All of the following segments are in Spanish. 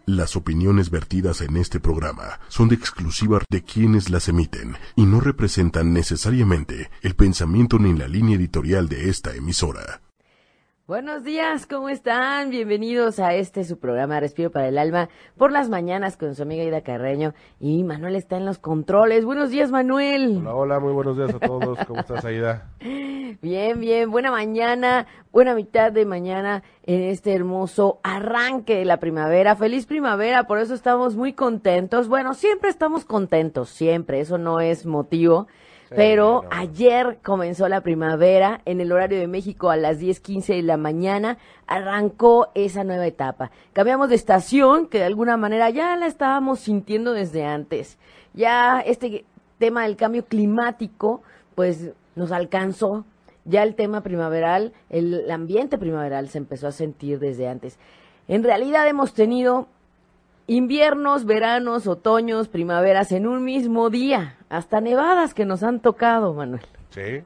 Las opiniones vertidas en este programa son de exclusiva de quienes las emiten y no representan necesariamente el pensamiento ni la línea editorial de esta emisora. Buenos días, ¿cómo están? Bienvenidos a su programa Respiro para el Alma por las mañanas con su amiga Ida Carreño y Manuel está en los controles. Buenos días, Manuel. Hola, hola, muy buenos días a todos. ¿Cómo estás, Aida? Bien, bien, buena mañana, buena mitad de mañana en este hermoso arranque de la primavera. Feliz primavera, por eso estamos muy contentos. Bueno, siempre estamos contentos, siempre, eso no es motivo. Pero ayer comenzó la primavera en el horario de México a las 10:15 de la mañana, arrancó esa nueva etapa. Cambiamos de estación, que de alguna manera ya la estábamos sintiendo desde antes. Ya este tema del cambio climático, pues nos alcanzó. Ya el tema primaveral, el ambiente primaveral se empezó a sentir desde antes. En realidad hemos tenido inviernos, veranos, otoños, primaveras en un mismo día, hasta nevadas que nos han tocado, Manuel. Sí.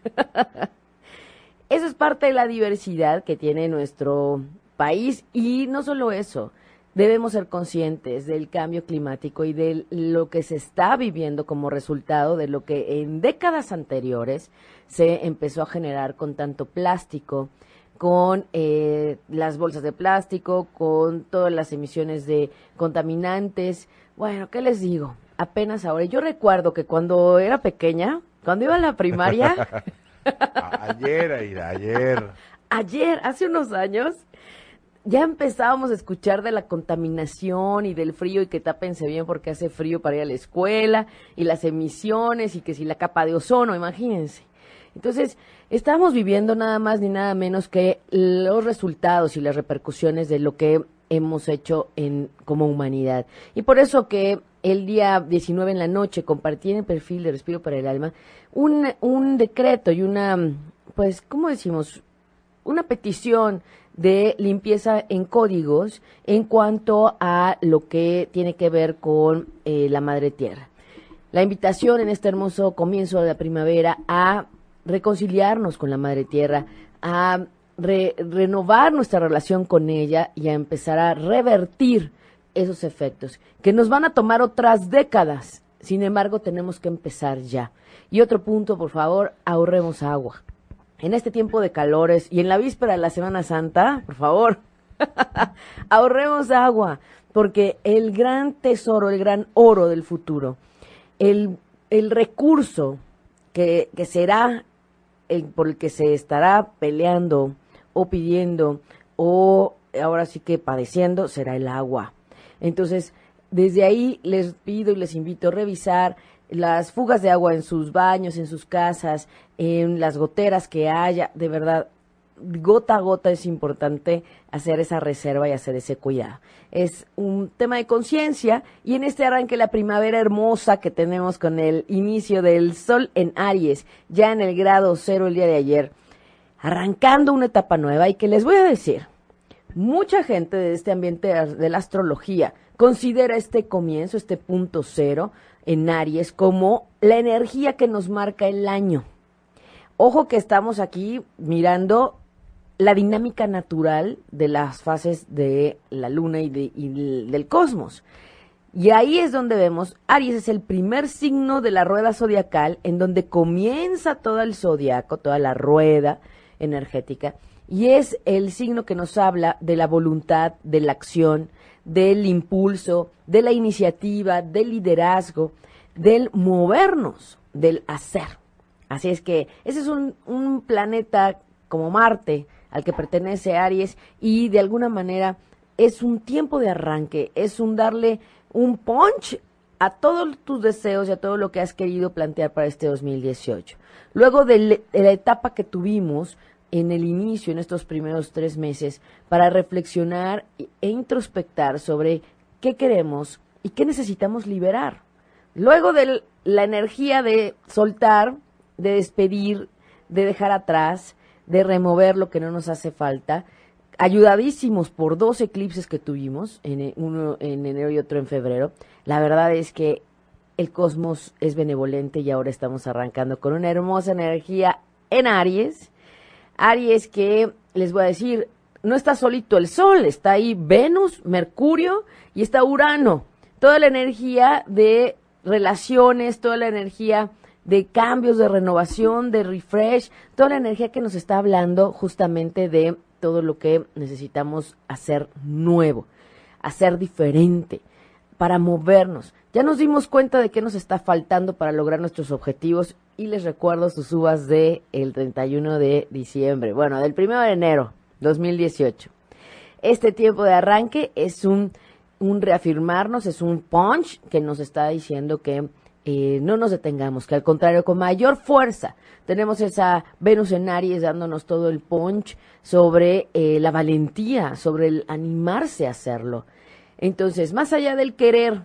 Eso es parte de la diversidad que tiene nuestro país y no solo eso, debemos ser conscientes del cambio climático y de lo que se está viviendo como resultado de lo que en décadas anteriores se empezó a generar con tanto plástico, con las bolsas de plástico, con todas las emisiones de contaminantes. Bueno, ¿qué les digo? Apenas ahora. Yo recuerdo que cuando era pequeña, cuando iba a la primaria... Ayer, Aida, ayer. Ayer, hace unos años, ya empezábamos a escuchar de la contaminación y del frío y que tápense bien porque hace frío para ir a la escuela y las emisiones y que si la capa de ozono, imagínense. Entonces, estamos viviendo nada más ni nada menos que los resultados y las repercusiones de lo que hemos hecho como humanidad. Y por eso que el día 19 en la noche compartí en el perfil de Respiro para el Alma un decreto y una, pues, ¿cómo decimos? Una petición de limpieza en códigos en cuanto a lo que tiene que ver con la Madre Tierra. La invitación en este hermoso comienzo de la primavera a reconciliarnos con la Madre Tierra, a renovar nuestra relación con ella y a empezar a revertir esos efectos que nos van a tomar otras décadas. Sin embargo, tenemos que empezar ya. Y otro punto, por favor, ahorremos agua. En este tiempo de calores y en la víspera de la Semana Santa, por favor, ahorremos agua, porque el gran tesoro, el gran oro del futuro, el recurso que será por el que se estará peleando o pidiendo o ahora sí que padeciendo será el agua. Entonces, desde ahí les pido y les invito a revisar las fugas de agua en sus baños, en sus casas, en las goteras que haya. De verdad, gota a gota es importante hacer esa reserva y hacer ese cuidado. Es un tema de conciencia y en este arranque la primavera hermosa que tenemos con el inicio del sol en Aries, ya en el grado 0 el día de ayer, arrancando una etapa nueva y que les voy a decir, mucha gente de este ambiente de la astrología considera este comienzo, este punto cero en Aries como la energía que nos marca el año. Ojo que estamos aquí mirando la dinámica natural de las fases de la luna y del cosmos. Y ahí es donde vemos, Aries es el primer signo de la rueda zodiacal en donde comienza todo el zodiaco, toda la rueda energética, y es el signo que nos habla de la voluntad, de la acción, del impulso, de la iniciativa, del liderazgo, del movernos, del hacer. Así es que ese es un planeta como Marte al que pertenece Aries y de alguna manera es un tiempo de arranque, es un darle un punch a todos tus deseos y a todo lo que has querido plantear para este 2018. Luego de la etapa que tuvimos en el inicio, en estos primeros 3 meses, para reflexionar e introspectar sobre qué queremos y qué necesitamos liberar. Luego de la energía de soltar, de despedir, de dejar atrás, de remover lo que no nos hace falta, ayudadísimos por 2 eclipses que tuvimos, uno en enero y otro en febrero. La verdad es que el cosmos es benevolente y ahora estamos arrancando con una hermosa energía en Aries. Aries que, les voy a decir, no está solito el Sol, está ahí Venus, Mercurio y está Urano. Toda la energía de relaciones, toda la energía de cambios, de renovación, de refresh, toda la energía que nos está hablando justamente de todo lo que necesitamos hacer nuevo, hacer diferente, para movernos. Ya nos dimos cuenta de qué nos está faltando para lograr nuestros objetivos y les recuerdo sus uvas de el 31 de diciembre, bueno, del 1 de enero 2018. Este tiempo de arranque es un reafirmarnos, es un punch que nos está diciendo que no nos detengamos, que al contrario, con mayor fuerza, tenemos esa Venus en Aries dándonos todo el punch sobre la valentía, sobre el animarse a hacerlo. Entonces, más allá del querer,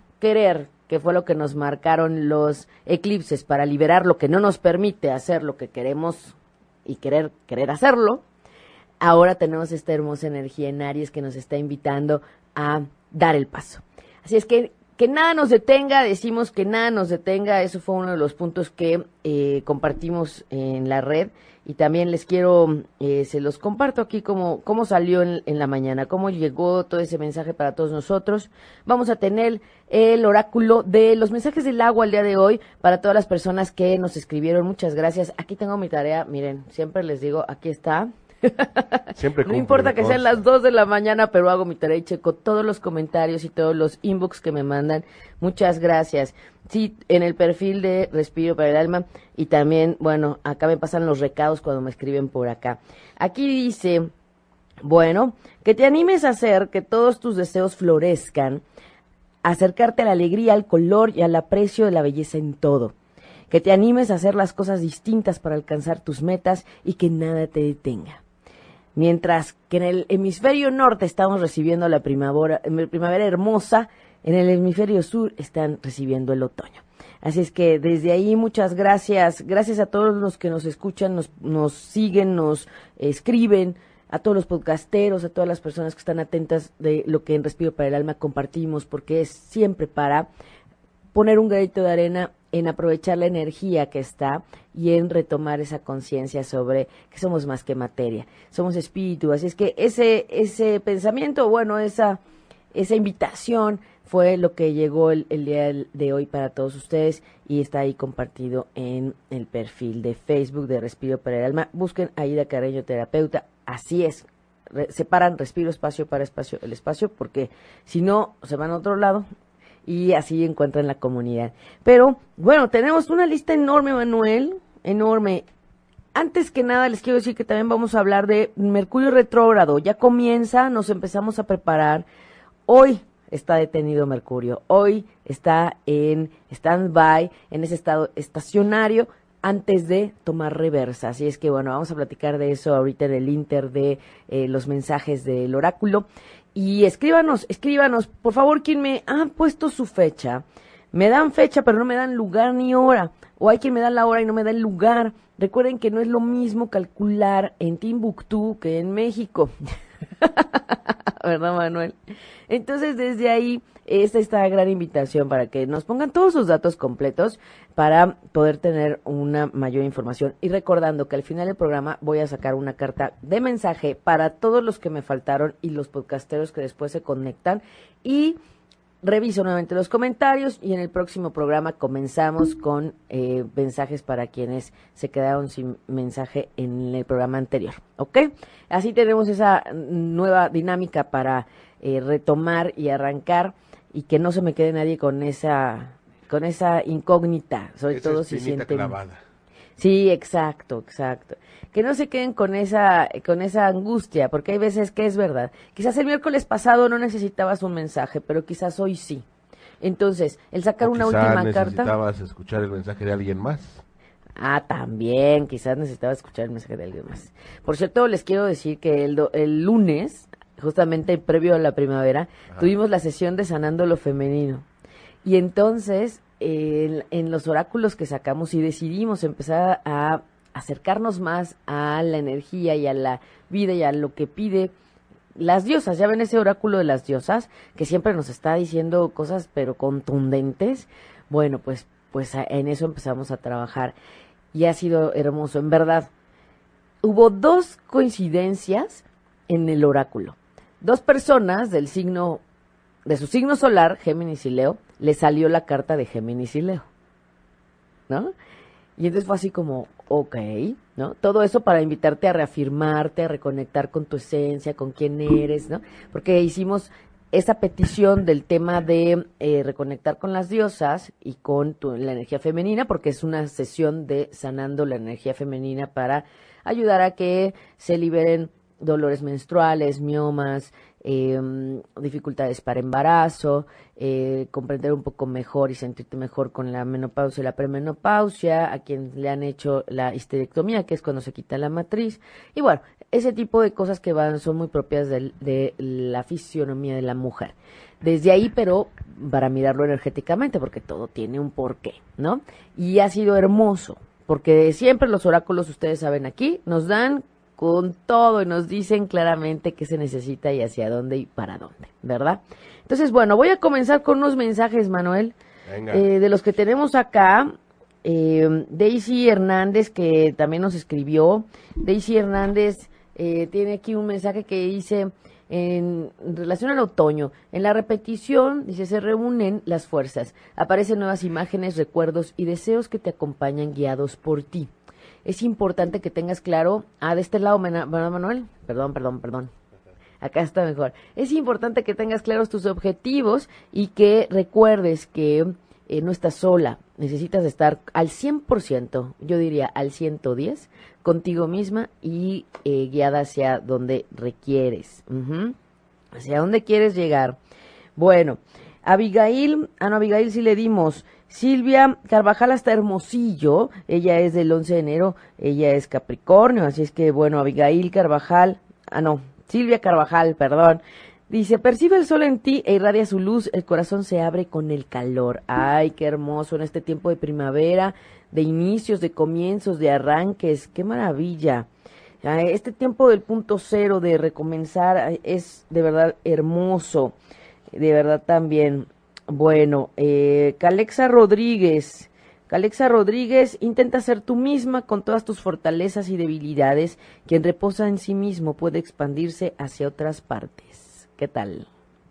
que fue lo que nos marcaron los eclipses para liberar lo que no nos permite hacer lo que queremos y querer hacerlo, ahora tenemos esta hermosa energía en Aries que nos está invitando a dar el paso. Así es que nada nos detenga, decimos que nada nos detenga, eso fue uno de los puntos que compartimos en la red y también les quiero, se los comparto aquí cómo salió en la mañana, cómo llegó todo ese mensaje para todos nosotros. Vamos a tener el oráculo de los mensajes del agua el día de hoy para todas las personas que nos escribieron, muchas gracias. Aquí tengo mi tarea, miren, siempre les digo, aquí está. Siempre no importa que sean las 2 de la mañana, pero hago mi tarea y checo todos los comentarios y todos los inbox que me mandan. Muchas gracias. Sí, en el perfil de Respiro para el Alma y también, bueno, acá me pasan los recados cuando me escriben por acá. Aquí dice, bueno, que te animes a hacer que todos tus deseos florezcan, acercarte a la alegría, al color y al aprecio de la belleza en todo. Que te animes a hacer las cosas distintas para alcanzar tus metas y que nada te detenga. Mientras que en el hemisferio norte estamos recibiendo la primavera hermosa, en el hemisferio sur están recibiendo el otoño. Así es que desde ahí muchas gracias. Gracias a todos los que nos escuchan, nos siguen, nos escriben, a todos los podcasteros, a todas las personas que están atentas de lo que en Respiro para el Alma compartimos, porque es siempre para poner un granito de arena en aprovechar la energía que está y en retomar esa conciencia sobre que somos más que materia, somos espíritu. Así es que ese pensamiento, bueno, esa invitación fue lo que llegó el día de hoy para todos ustedes y está ahí compartido en el perfil de Facebook de Respiro para el Alma. Busquen a Aida Carreño, terapeuta. Así es, separan respiro, espacio para espacio, el espacio, porque si no se van a otro lado y así encuentran la comunidad. Pero, bueno, tenemos una lista enorme, Manuel, enorme. Antes que nada, les quiero decir que también vamos a hablar de Mercurio retrógrado. Ya comienza, nos empezamos a preparar. Hoy está detenido Mercurio. Hoy está en stand-by, en ese estado estacionario, antes de tomar reversa. Así es que, bueno, vamos a platicar de eso ahorita en el inter de los mensajes del oráculo. Y escríbanos, por favor, quien me ha puesto su fecha. Me dan fecha, pero no me dan lugar ni hora. O hay quien me da la hora y no me da el lugar. Recuerden que no es lo mismo calcular en Timbuktu que en México. ¿Verdad, Manuel? Entonces, desde ahí, esta gran invitación para que nos pongan todos sus datos completos para poder tener una mayor información. Y recordando que al final del programa voy a sacar una carta de mensaje para todos los que me faltaron y los podcasteros que después se conectan. Y reviso nuevamente los comentarios y en el próximo programa comenzamos con mensajes para quienes se quedaron sin mensaje en el programa anterior, ¿ok? Así tenemos esa nueva dinámica para retomar y arrancar y que no se me quede nadie con esa incógnita, sobre todo si sienten clavada. Sí, exacto. Que no se queden con esa angustia, porque hay veces que es verdad. Quizás el miércoles pasado no necesitabas un mensaje, pero quizás hoy sí. Entonces, el sacar una última carta. Necesitabas escuchar el mensaje de alguien más. Ah, también, quizás necesitaba escuchar el mensaje de alguien más. Por cierto, les quiero decir que el lunes, justamente previo a la primavera, tuvimos la sesión de Sanando lo Femenino. Y entonces, en los oráculos que sacamos y decidimos empezar a acercarnos más a la energía y a la vida y a lo que pide las diosas. Ya ven ese oráculo de las diosas que siempre nos está diciendo cosas pero contundentes. Bueno, pues en eso empezamos a trabajar y ha sido hermoso, en verdad. Hubo 2 coincidencias en el oráculo. 2 personas de su signo solar, Géminis y Leo, le salió la carta de Géminis y Leo, ¿no? Y entonces fue así como, ok, ¿no? Todo eso para invitarte a reafirmarte, a reconectar con tu esencia, con quién eres, ¿no? Porque hicimos esa petición del tema de reconectar con las diosas y con la energía femenina, porque es una sesión de sanando la energía femenina para ayudar a que se liberen dolores menstruales, miomas, dificultades para embarazo, comprender un poco mejor y sentirte mejor con la menopausia y la premenopausia, a quien le han hecho la histerectomía, que es cuando se quita la matriz, y bueno, ese tipo de cosas que son muy propias de la fisionomía de la mujer. Desde ahí, pero para mirarlo energéticamente, porque todo tiene un porqué, ¿no? Y ha sido hermoso, porque siempre los oráculos, ustedes saben aquí, nos dan con todo y nos dicen claramente qué se necesita y hacia dónde y para dónde, ¿verdad? Entonces, bueno, voy a comenzar con unos mensajes, Manuel, de los que tenemos acá. Daisy Hernández, que también nos escribió. Daisy Hernández tiene aquí un mensaje que dice, en relación al otoño, en la repetición, dice, se reúnen las fuerzas, aparecen nuevas imágenes, recuerdos y deseos que te acompañan guiados por ti. Es importante que tengas claro, de este lado, ¿verdad, Manuel? Perdón. Acá está mejor. Es importante que tengas claros tus objetivos y que recuerdes que no estás sola. Necesitas estar al 100%, yo diría al 110, contigo misma y guiada hacia donde requieres. Hacia dónde quieres llegar. Bueno, Abigail sí le dimos. Silvia Carvajal hasta Hermosillo, ella es del 11 de enero, ella es Capricornio, así es que bueno, Silvia Carvajal, perdón, dice, percibe el sol en ti e irradia su luz, el corazón se abre con el calor. Ay, qué hermoso en este tiempo de primavera, de inicios, de comienzos, de arranques, qué maravilla. Este tiempo del punto cero, de recomenzar, es de verdad hermoso, de verdad también. Bueno, Calexa Rodríguez, intenta ser tú misma con todas tus fortalezas y debilidades. Quien reposa en sí mismo puede expandirse hacia otras partes. ¿Qué tal?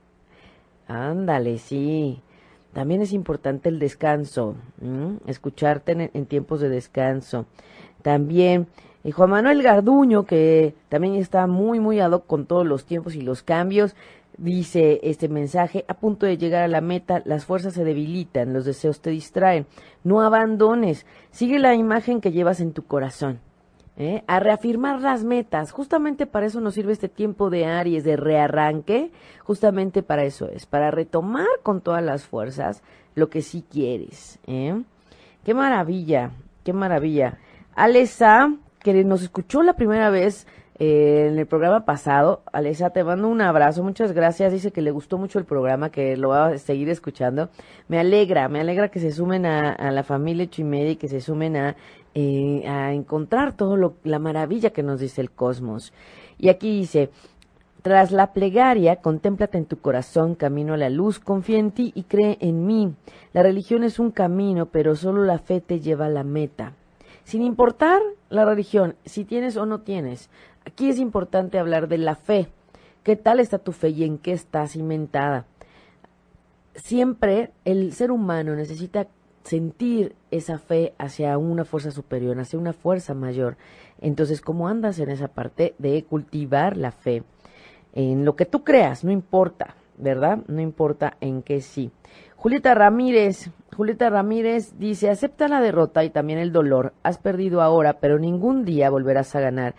Ándale, sí. También es importante el descanso, escucharte en tiempos de descanso. También Juan Manuel Garduño, que también está muy, muy ad hoc con todos los tiempos y los cambios. Dice este mensaje, a punto de llegar a la meta, las fuerzas se debilitan, los deseos te distraen. No abandones, sigue la imagen que llevas en tu corazón. A reafirmar las metas, justamente para eso nos sirve este tiempo de Aries, de rearranque, justamente para eso es, para retomar con todas las fuerzas lo que sí quieres. Qué maravilla, qué maravilla. Alesa, que nos escuchó la primera vez en el programa pasado, Alesa, te mando un abrazo, muchas gracias, dice que le gustó mucho el programa, que lo va a seguir escuchando. Me alegra que se sumen a la familia Chimedi, que se sumen a encontrar la maravilla que nos dice el cosmos. Y aquí dice, tras la plegaria, contémplate en tu corazón, camino a la luz, confía en ti y cree en mí. La religión es un camino, pero solo la fe te lleva a la meta. Sin importar la religión, si tienes o no tienes, aquí es importante hablar de la fe. ¿Qué tal está tu fe y en qué está cimentada? Siempre el ser humano necesita sentir esa fe hacia una fuerza superior, hacia una fuerza mayor. Entonces, ¿cómo andas en esa parte de cultivar la fe? En lo que tú creas, no importa, ¿verdad? No importa en qué sí. Julieta Ramírez dice, acepta la derrota y también el dolor. Has perdido ahora, pero algún día volverás a ganar,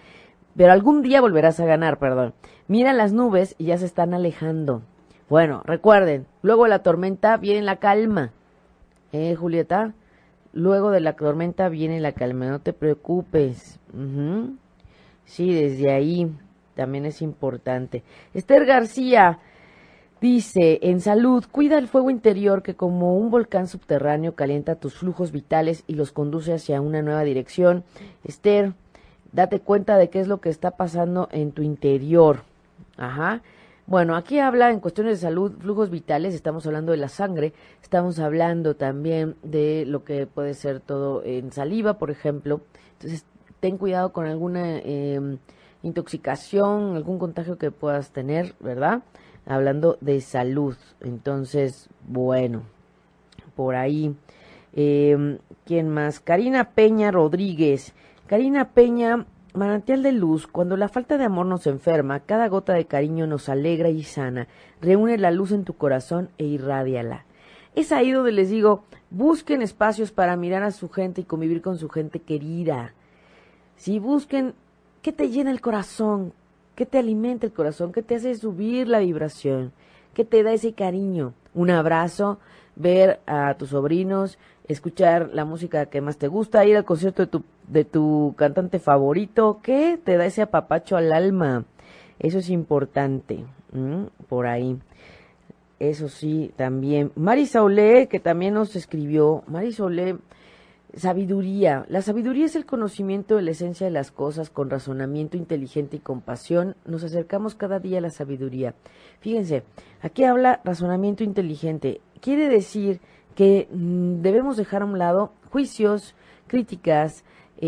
perdón. Mira las nubes y ya se están alejando. Bueno, recuerden, luego de la tormenta viene la calma. Julieta, luego de la tormenta viene la calma, no te preocupes. Sí, desde ahí también es importante. Esther García dice, en salud, cuida el fuego interior que como un volcán subterráneo calienta tus flujos vitales y los conduce hacia una nueva dirección. Esther, date cuenta de qué es lo que está pasando en tu interior. Bueno, aquí habla en cuestiones de salud, flujos vitales, estamos hablando de la sangre, estamos hablando también de lo que puede ser todo en saliva, por ejemplo. Entonces, ten cuidado con alguna intoxicación, algún contagio que puedas tener, ¿verdad? Hablando de salud. Entonces, bueno, por ahí. ¿Quién más? Karina Peña Rodríguez. Karina Peña, manantial de luz. Cuando la falta de amor nos enferma, cada gota de cariño nos alegra y sana. Reúne la luz en tu corazón e irrádiala. Es ahí donde les digo, busquen espacios para mirar a su gente y convivir con su gente querida. Si busquen, ¿qué te llena el corazón? ¿Qué te alimenta el corazón? ¿Qué te hace subir la vibración? ¿Qué te da ese cariño? Un abrazo, ver a tus sobrinos, escuchar la música que más te gusta, ir al concierto de tu cantante favorito. ¿Qué te da ese apapacho al alma? Eso es importante, por ahí. Eso sí, también. Mari Saulé, que también nos escribió. Mari Saulé, sabiduría. La sabiduría es el conocimiento de la esencia de las cosas con razonamiento inteligente y compasión. Nos acercamos cada día a la sabiduría. Fíjense, aquí habla razonamiento inteligente. Quiere decir que debemos dejar a un lado juicios, críticas,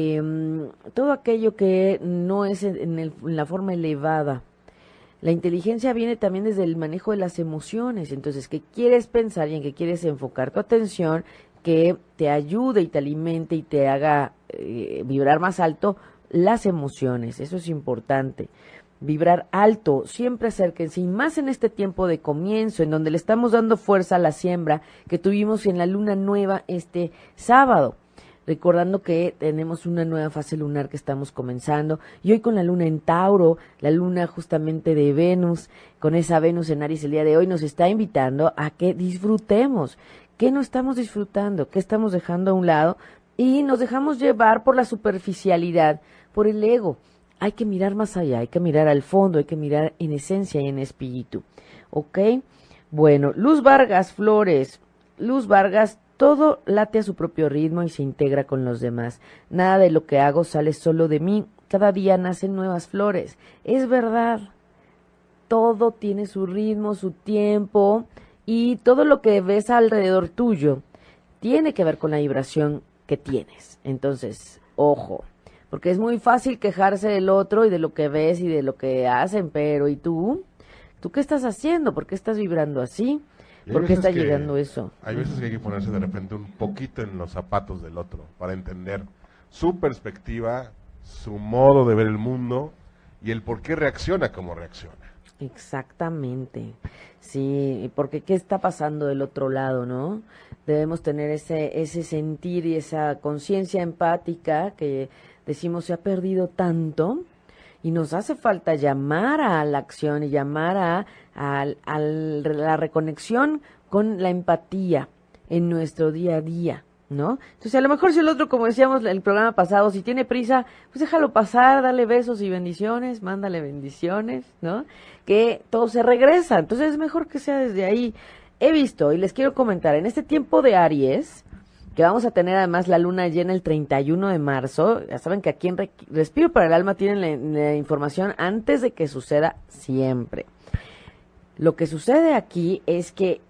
todo aquello que no es en la forma elevada. La inteligencia viene también desde el manejo de las emociones. Entonces, ¿qué quieres pensar y en qué quieres enfocar tu atención? Que te ayude y te alimente y te haga vibrar más alto las emociones. Eso es importante. Vibrar alto, siempre acérquense, y más en este tiempo de comienzo, en donde le estamos dando fuerza a la siembra que tuvimos en la luna nueva este sábado. Recordando que tenemos una nueva fase lunar que estamos comenzando, y hoy con la luna en Tauro, la luna justamente de Venus, con esa Venus en Aries el día de hoy, nos está invitando a que disfrutemos. ¿Qué no estamos disfrutando? ¿Qué estamos dejando a un lado? Y nos dejamos llevar por la superficialidad, por el ego. Hay que mirar más allá, hay que mirar al fondo, hay que mirar en esencia y en espíritu. ¿Ok? Bueno, Luz Vargas Flores. Luz Vargas, todo late a su propio ritmo y se integra con los demás. Nada de lo que hago sale solo de mí. Cada día nacen nuevas flores. Es verdad. Todo tiene su ritmo, su tiempo, y todo lo que ves alrededor tuyo tiene que ver con la vibración que tienes. Entonces, ojo. Porque es muy fácil quejarse del otro y de lo que ves y de lo que hacen, pero ¿y tú? ¿Tú qué estás haciendo? ¿Por qué estás vibrando así? ¿Por qué está llegando eso? Hay veces que hay que ponerse de repente un poquito en los zapatos del otro para entender su perspectiva, su modo de ver el mundo y el por qué reacciona como reacciona. Exactamente. Sí, porque ¿qué está pasando del otro lado, no? Debemos tener ese sentir y esa conciencia empática que decimos se ha perdido tanto, y nos hace falta llamar a la acción y llamar a la reconexión con la empatía en nuestro día a día, ¿no? Entonces, a lo mejor si el otro, como decíamos en el programa pasado, si tiene prisa, pues déjalo pasar, dale besos y bendiciones, mándale bendiciones, ¿no? Que todo se regresa. Entonces, es mejor que sea desde ahí. He visto, y les quiero comentar, en este tiempo de Aries, que vamos a tener además la luna llena el 31 de marzo. Ya saben que aquí en Respiro para el Alma tienen la información antes de que suceda siempre. Lo que sucede aquí es que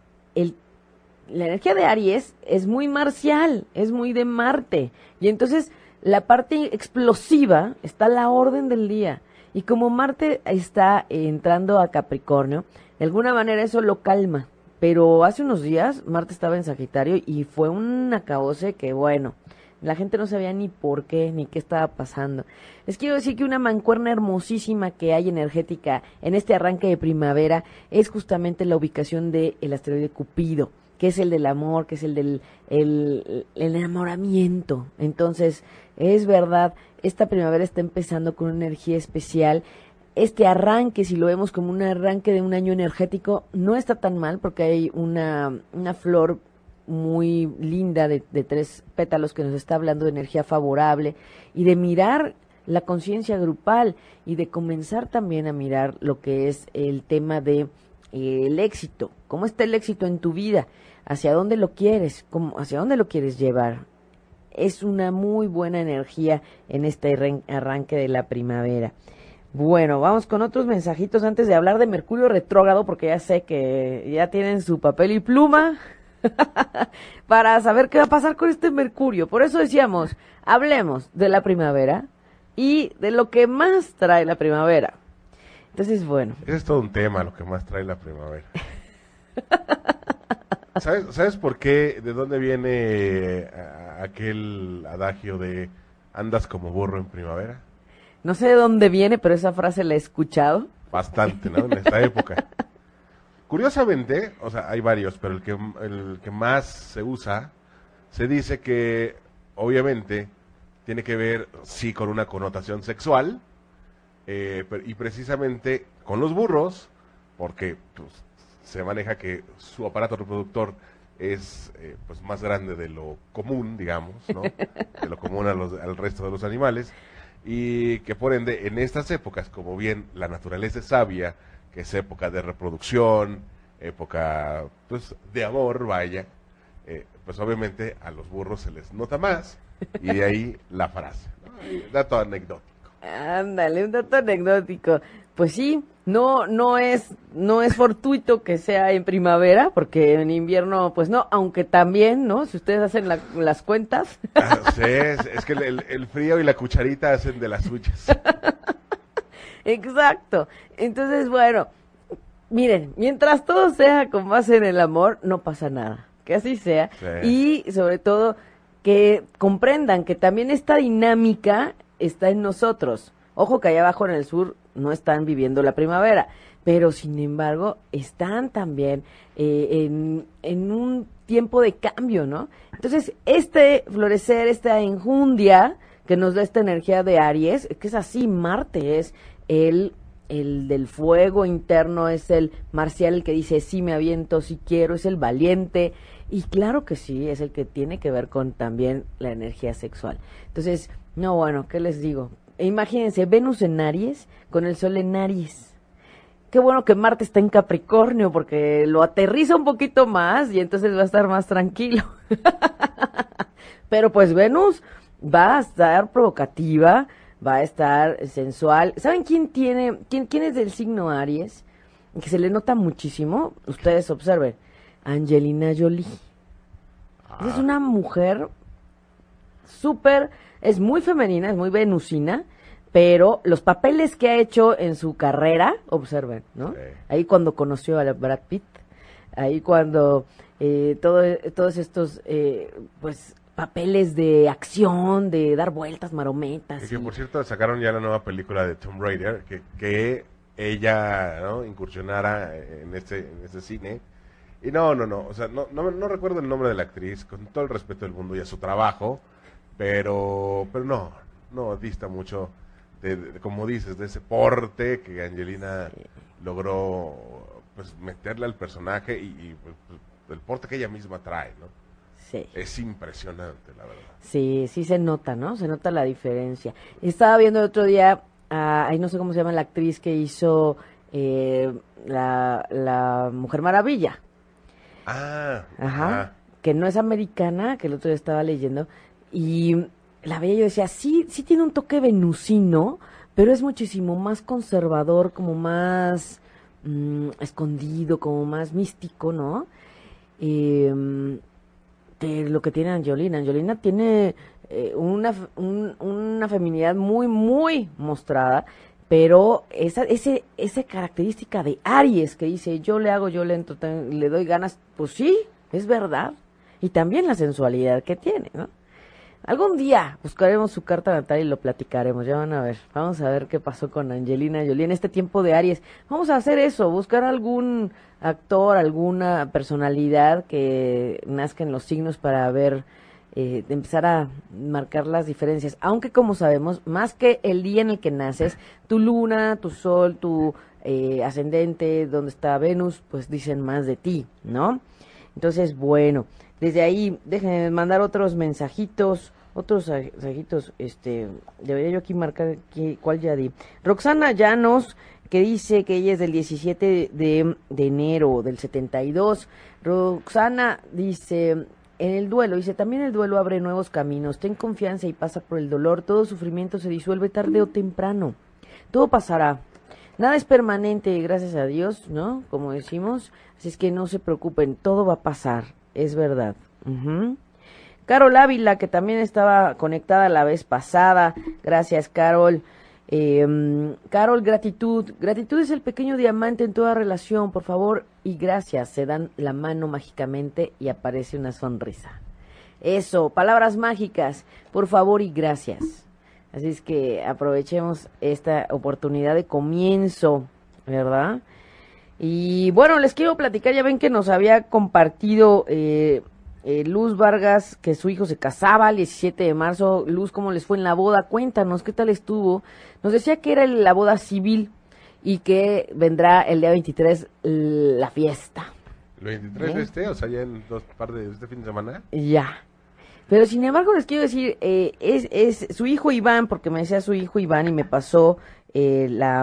la energía de Aries es muy marcial, es muy de Marte. Y entonces la parte explosiva está a la orden del día. Y como Marte está entrando a Capricornio, de alguna manera eso lo calma. Pero hace unos días Marte estaba en Sagitario y fue un acabose que, bueno, la gente no sabía ni por qué, ni qué estaba pasando. Les quiero decir que una mancuerna hermosísima que hay energética en este arranque de primavera es justamente la ubicación del asteroide Cupido, que es el del amor, que es el del el enamoramiento. Entonces, es verdad, esta primavera está empezando con una energía especial. Este arranque, si lo vemos como un arranque de un año energético, no está tan mal porque hay una flor muy linda de 3 pétalos que nos está hablando de energía favorable y de mirar la conciencia grupal y de comenzar también a mirar lo que es el tema de el éxito. ¿Cómo está el éxito en tu vida? ¿Hacia dónde lo quieres? ¿Hacia dónde lo quieres llevar? Es una muy buena energía en este arranque de la primavera. Bueno, vamos con otros mensajitos antes de hablar de Mercurio retrógrado, porque ya sé que ya tienen su papel y pluma para saber qué va a pasar con este Mercurio. Por eso decíamos, hablemos de la primavera y de lo que más trae la primavera. Entonces, bueno. Ese es todo un tema, lo que más trae la primavera. ¿Sabes por qué? ¿De dónde viene aquel adagio de andas como burro en primavera? No sé de dónde viene, pero esa frase la he escuchado. Bastante, ¿no? En esta época. Curiosamente, o sea, hay varios, pero el que más se usa, se dice que, obviamente, tiene que ver, sí, con una connotación sexual, y precisamente con los burros, porque pues, se maneja que su aparato reproductor es pues más grande de lo común, digamos, ¿no? De lo común al resto de los animales, y que por ende, en estas épocas, como bien la naturaleza es sabia, que es época de reproducción, época pues de amor, vaya, pues obviamente a los burros se les nota más, y de ahí la frase, ¿no? Dato anecdótico. Ándale, un dato anecdótico. Pues sí, no es fortuito que sea en primavera, porque en invierno, pues no, aunque también, ¿no? Si ustedes hacen las cuentas. Sí, es que el frío y la cucharita hacen de las suyas. Exacto. Entonces, bueno, miren, mientras todo sea con base en el amor, no pasa nada. Que así sea. Sí. Y sobre todo, que comprendan que también esta dinámica está en nosotros. Ojo que allá abajo en el sur no están viviendo la primavera, pero sin embargo están también en un tiempo de cambio, ¿no? Entonces, este florecer, esta enjundia que nos da esta energía de Aries, que es así, Marte es el del fuego interno, es el marcial, el que dice sí me aviento, sí quiero, es el valiente, y claro que sí, es el que tiene que ver con también la energía sexual. Entonces, no, bueno, ¿qué les digo? Imagínense, Venus en Aries con el Sol en Aries. Qué bueno que Marte está en Capricornio porque lo aterriza un poquito más y entonces va a estar más tranquilo. Pero pues Venus va a estar provocativa, va a estar sensual. ¿Saben quién es del signo Aries? Que se le nota muchísimo, ustedes observen, Angelina Jolie. Es una mujer súper, es muy femenina, es muy venusina, pero los papeles que ha hecho en su carrera, observen, ¿no? Sí. Ahí cuando conoció a Brad Pitt, ahí cuando todos estos, pues, papeles de acción, de dar vueltas, marometas. Y que por cierto sacaron ya la nueva película de Tomb Raider, que ella, ¿no?, incursionara en este cine. Y no, o sea, no recuerdo el nombre de la actriz, con todo el respeto del mundo y a su trabajo, pero no dista mucho de, como dices, de ese porte que Angelina logró pues meterle al personaje y pues, el porte que ella misma trae, ¿no? Sí. Es impresionante, la verdad. Sí, sí se nota, ¿no? Se nota la diferencia. Estaba viendo el otro día, ahí no sé cómo se llama la actriz que hizo la Mujer Maravilla. Ajá. Que no es americana, que el otro día estaba leyendo, y la veía y yo decía, sí tiene un toque venusino, pero es muchísimo más conservador, como más escondido, como más místico, ¿no? Que lo que tiene Angelina. Angelina tiene una feminidad muy, muy mostrada, pero esa característica de Aries que dice, yo le hago, yo le entro, le doy ganas, pues sí, es verdad. Y también la sensualidad que tiene, ¿no? Algún día buscaremos su carta natal y lo platicaremos, ya van a ver. Vamos a ver qué pasó con Angelina Jolie en este tiempo de Aries. Vamos a hacer eso, buscar algún actor, alguna personalidad que nazca en los signos para ver, empezar a marcar las diferencias. Aunque como sabemos, más que el día en el que naces, tu luna, tu sol, tu ascendente, donde está Venus, pues dicen más de ti, ¿no? Entonces, bueno, desde ahí, déjenme mandar otros mensajitos, debería yo aquí marcar cuál ya di. Roxana Llanos, que dice que ella es del 17 de enero del 72. Roxana dice, en el duelo, dice, también el duelo abre nuevos caminos, ten confianza y pasa por el dolor, todo sufrimiento se disuelve tarde o temprano, todo pasará. Nada es permanente, gracias a Dios, ¿no? Como decimos, así es que no se preocupen, todo va a pasar, es verdad. Carol Ávila, que también estaba conectada la vez pasada. Gracias, Carol. Carol, gratitud. Gratitud es el pequeño diamante en toda relación, por favor, y gracias. Se dan la mano mágicamente y aparece una sonrisa. Eso, palabras mágicas, por favor y gracias. Así es que aprovechemos esta oportunidad de comienzo, ¿verdad? Y bueno, les quiero platicar, ya ven que nos había compartido Luz Vargas, que su hijo se casaba el 17 de marzo. Luz, ¿cómo les fue en la boda? Cuéntanos, ¿qué tal estuvo? Nos decía que era la boda civil y que vendrá el día 23 la fiesta. ¿El 23 o sea, ya en este fin de semana? Ya. Pero sin embargo les quiero decir, es su hijo Iván, porque me decía su hijo Iván y me pasó la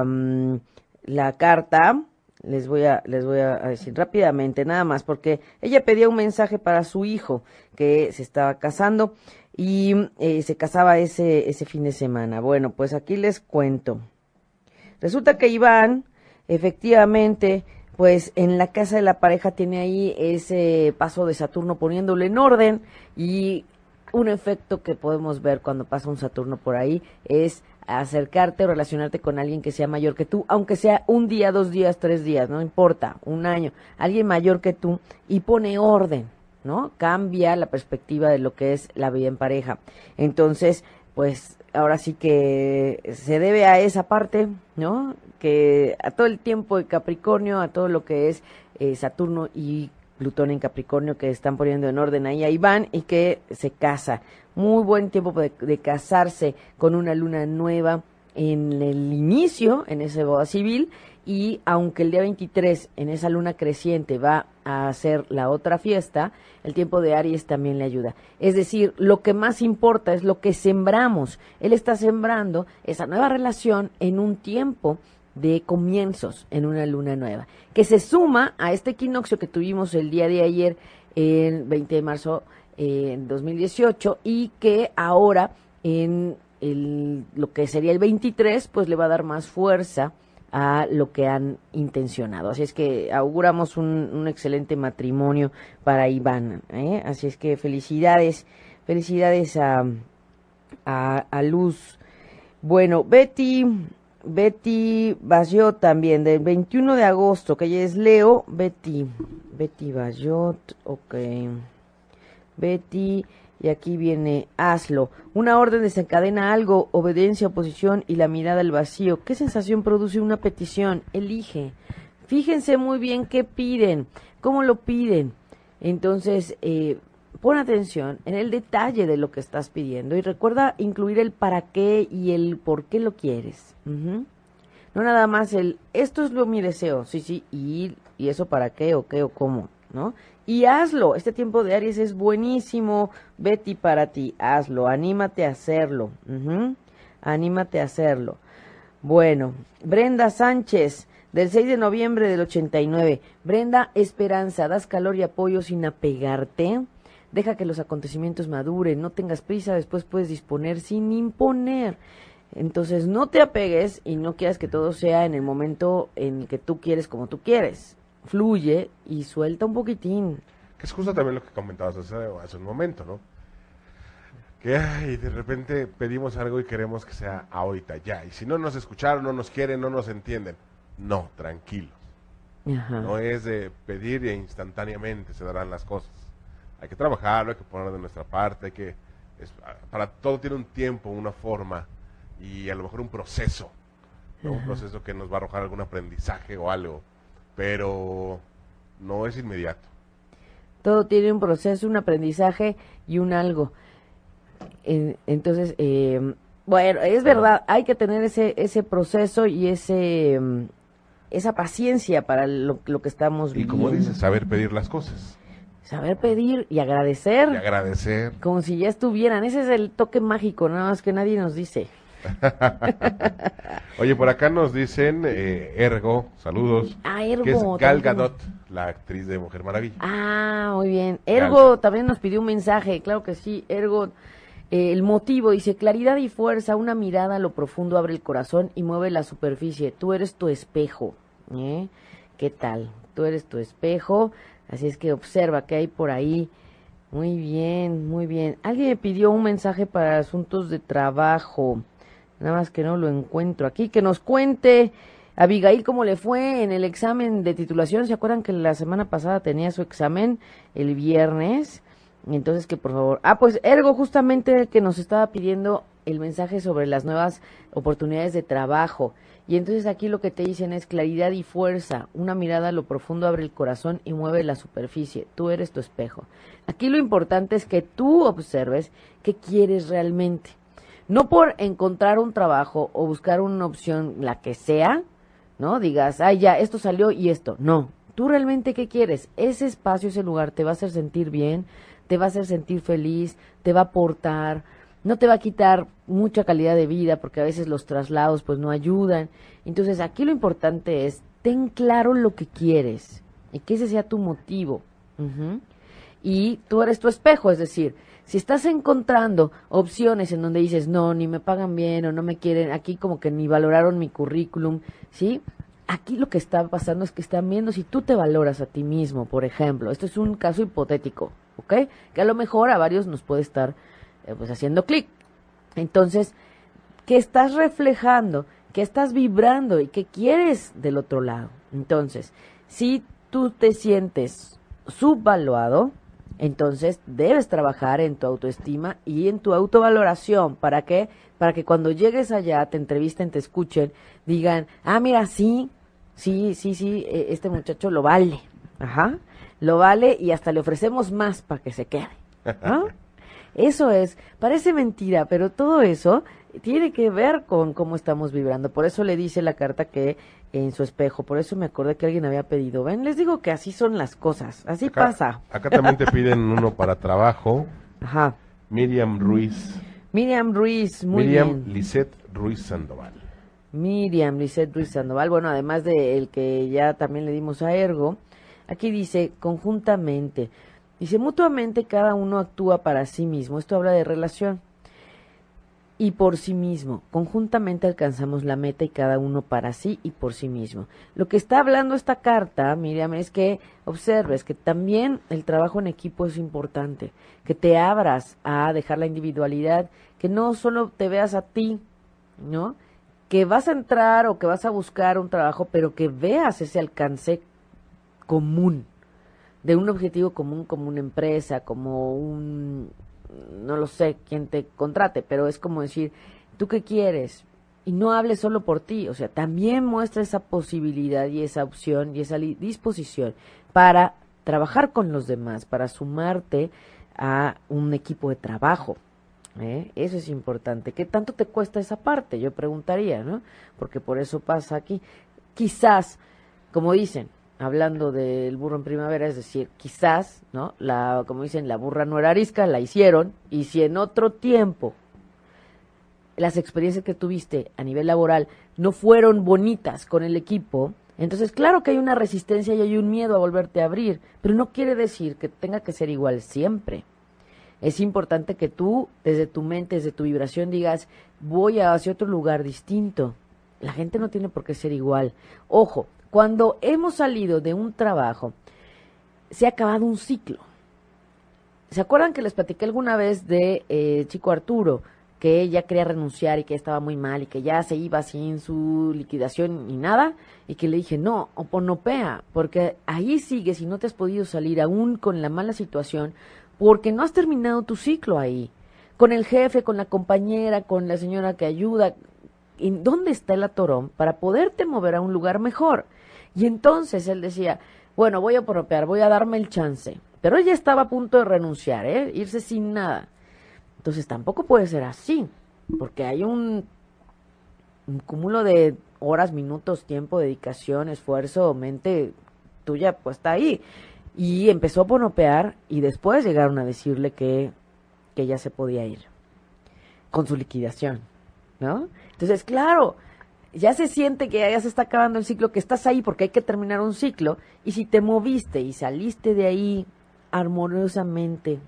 carta. Les voy a decir rápidamente, nada más, porque ella pedía un mensaje para su hijo que se estaba casando y se casaba ese fin de semana. Bueno, pues aquí les cuento. Resulta que Iván, efectivamente, pues en la casa de la pareja tiene ahí ese paso de Saturno poniéndole en orden, y un efecto que podemos ver cuando pasa un Saturno por ahí es acercarte o relacionarte con alguien que sea mayor que tú, aunque sea un día, 2 días, 3 días, no importa, un año, alguien mayor que tú, y pone orden, ¿no? Cambia la perspectiva de lo que es la vida en pareja. Entonces, pues ahora sí que se debe a esa parte, ¿no? Que a todo el tiempo de Capricornio, a todo lo que es Saturno y Plutón en Capricornio, que están poniendo en orden ahí a Iván y que se casa. Muy buen tiempo de casarse con una luna nueva en el inicio, en esa boda civil, y aunque el día 23 en esa luna creciente va a hacer la otra fiesta, el tiempo de Aries también le ayuda. Es decir, lo que más importa es lo que sembramos. Él está sembrando esa nueva relación en un tiempo de comienzos, en una luna nueva, que se suma a este equinoccio que tuvimos el día de ayer, el 20 de marzo en 2018, y que ahora en lo que sería el 23, pues le va a dar más fuerza a lo que han intencionado. Así es que auguramos un excelente matrimonio para Iván, ¿eh? Así es que felicidades a Luz. Bueno, Betty Bayot también, del 21 de agosto, que ella es Leo. Betty Bayot, ok. Betty, y aquí viene, hazlo. Una orden desencadena algo, obediencia, oposición y la mirada al vacío. ¿Qué sensación produce una petición? Elige. Fíjense muy bien qué piden, cómo lo piden. Entonces, pon atención en el detalle de lo que estás pidiendo y recuerda incluir el para qué y el por qué lo quieres. No nada más esto es mi deseo, sí, y eso para qué o cómo, ¿no? Y hazlo, este tiempo de Aries es buenísimo, Betty, para ti, hazlo, anímate a hacerlo, anímate a hacerlo. Bueno, Brenda Sánchez, del 6 de noviembre del 89, Brenda, esperanza, das calor y apoyo sin apegarte. Deja que los acontecimientos maduren, no tengas prisa, después puedes disponer sin imponer. Entonces no te apegues y no quieras que todo sea en el momento en el que tú quieres, como tú quieres. Fluye y suelta un poquitín. Que es justo también lo que comentabas hace un momento, ¿no? Que de repente pedimos algo y queremos que sea ahorita, ya. Y si no nos escucharon, no nos quieren, no nos entienden. No, tranquilos. Ajá. No es de pedir e instantáneamente se darán las cosas. Hay que trabajarlo, hay que poner de nuestra parte, para todo tiene un tiempo, una forma y a lo mejor un proceso, ¿no? Un proceso que nos va a arrojar algún aprendizaje o algo, pero no es inmediato. Todo tiene un proceso, un aprendizaje y un algo. Entonces, bueno, es verdad, hay que tener ese proceso y esa paciencia para lo que estamos viviendo. Y como dices, saber pedir las cosas. Saber pedir y agradecer. Y agradecer. Como si ya estuvieran. Ese es el toque mágico, nada más que nadie nos dice. Oye, por acá nos dicen Ergo, saludos. Ergo. Que es Gal Gadot, la actriz de Mujer Maravilla. Muy bien. Ergo también nos pidió un mensaje, claro que sí. Ergo, el motivo, dice, claridad y fuerza, una mirada a lo profundo abre el corazón y mueve la superficie. Tú eres tu espejo. ¿Qué tal? Tú eres tu espejo. Así es que observa qué hay por ahí Muy bien, muy bien. Alguien me pidió un mensaje para asuntos de trabajo. Nada más que no lo encuentro aquí. Que nos cuente Abigail cómo le fue en el examen de titulación. ¿Se acuerdan que la semana pasada tenía su examen el viernes? Entonces que por favor. Pues Ergo justamente que nos estaba pidiendo el mensaje sobre las nuevas oportunidades de trabajo. Y entonces aquí lo que te dicen es claridad y fuerza. Una mirada a lo profundo abre el corazón y mueve la superficie. Tú eres tu espejo. Aquí lo importante es que tú observes qué quieres realmente. No por encontrar un trabajo o buscar una opción, la que sea, ¿no? Digas, ya, esto salió y esto. No. Tú realmente qué quieres. Ese espacio, ese lugar te va a hacer sentir bien, te va a hacer sentir feliz, te va a aportar, no te va a quitar mucha calidad de vida porque a veces los traslados pues no ayudan. Entonces aquí lo importante es, ten claro lo que quieres y que ese sea tu motivo. Uh-huh. Y tú eres tu espejo, es decir, si estás encontrando opciones en donde dices, no, ni me pagan bien o no me quieren, aquí como que ni valoraron mi currículum, ¿sí? Aquí lo que está pasando es que están viendo si tú te valoras a ti mismo, por ejemplo. Esto es un caso hipotético, ¿ok? Que a lo mejor a varios nos puede estar pues haciendo clic. Entonces, ¿qué estás reflejando? ¿Qué estás vibrando? ¿Y qué quieres del otro lado? Entonces, si tú te sientes subvaluado, entonces debes trabajar en tu autoestima y en tu autovaloración. ¿Para qué? Para que cuando llegues allá, te entrevisten, te escuchen, digan, mira, sí, este muchacho lo vale. Ajá, lo vale y hasta le ofrecemos más para que se quede. ¿No? Eso parece mentira, pero todo eso tiene que ver con cómo estamos vibrando. Por eso le dice la carta que en su espejo, por eso me acordé que alguien había pedido. Ven, les digo que así son las cosas, así pasa. Acá también te piden uno para trabajo. Ajá. Miriam Ruiz, muy Miriam bien. Lisette Ruiz Sandoval. Miriam Lisette Ruiz Sandoval, bueno, además de el que ya también le dimos a Ergo, aquí dice conjuntamente. Dice, mutuamente cada uno actúa para sí mismo. Esto habla de relación. Y por sí mismo. Conjuntamente alcanzamos la meta y cada uno para sí y por sí mismo. Lo que está hablando esta carta, Miriam, es que observes que también el trabajo en equipo es importante. Que te abras a dejar la individualidad. Que no solo te veas a ti, ¿no? Que vas a entrar o que vas a buscar un trabajo, pero que veas ese alcance común. De un objetivo común como una empresa, como no lo sé quién te contrate, pero es como decir, ¿tú qué quieres? Y no hables solo por ti, o sea, también muestra esa posibilidad y esa opción y esa disposición para trabajar con los demás, para sumarte a un equipo de trabajo. Eso es importante. ¿Qué tanto te cuesta esa parte? Yo preguntaría, ¿no? Porque por eso pasa aquí. Quizás, como dicen, hablando del burro en primavera, es decir, quizás, ¿no? Como dicen, la burra no era arisca, la hicieron, y si en otro tiempo las experiencias que tuviste a nivel laboral no fueron bonitas con el equipo, entonces claro que hay una resistencia y hay un miedo a volverte a abrir, pero no quiere decir que tenga que ser igual siempre. Es importante que tú, desde tu mente, desde tu vibración, digas, voy hacia otro lugar distinto. La gente no tiene por qué ser igual. Ojo, cuando hemos salido de un trabajo, se ha acabado un ciclo. ¿Se acuerdan que les platiqué alguna vez de Chico Arturo, que ya quería renunciar y que estaba muy mal y que ya se iba sin su liquidación y nada? Y que le dije, no, oponopea, porque ahí sigues y no te has podido salir aún con la mala situación, porque no has terminado tu ciclo ahí. Con el jefe, con la compañera, con la señora que ayuda. ¿Y dónde está el atorón para poderte mover a un lugar mejor? Y entonces él decía, bueno, voy a oponopear, voy a darme el chance. Pero ella estaba a punto de renunciar, irse sin nada. Entonces tampoco puede ser así, porque hay un cúmulo de horas, minutos, tiempo, dedicación, esfuerzo, mente tuya puesta ahí. Y empezó a oponopear y después llegaron a decirle que ella se podía ir con su liquidación, ¿no? Entonces, claro, ya se siente que ya se está acabando el ciclo, que estás ahí porque hay que terminar un ciclo, y si te moviste y saliste de ahí amorosamente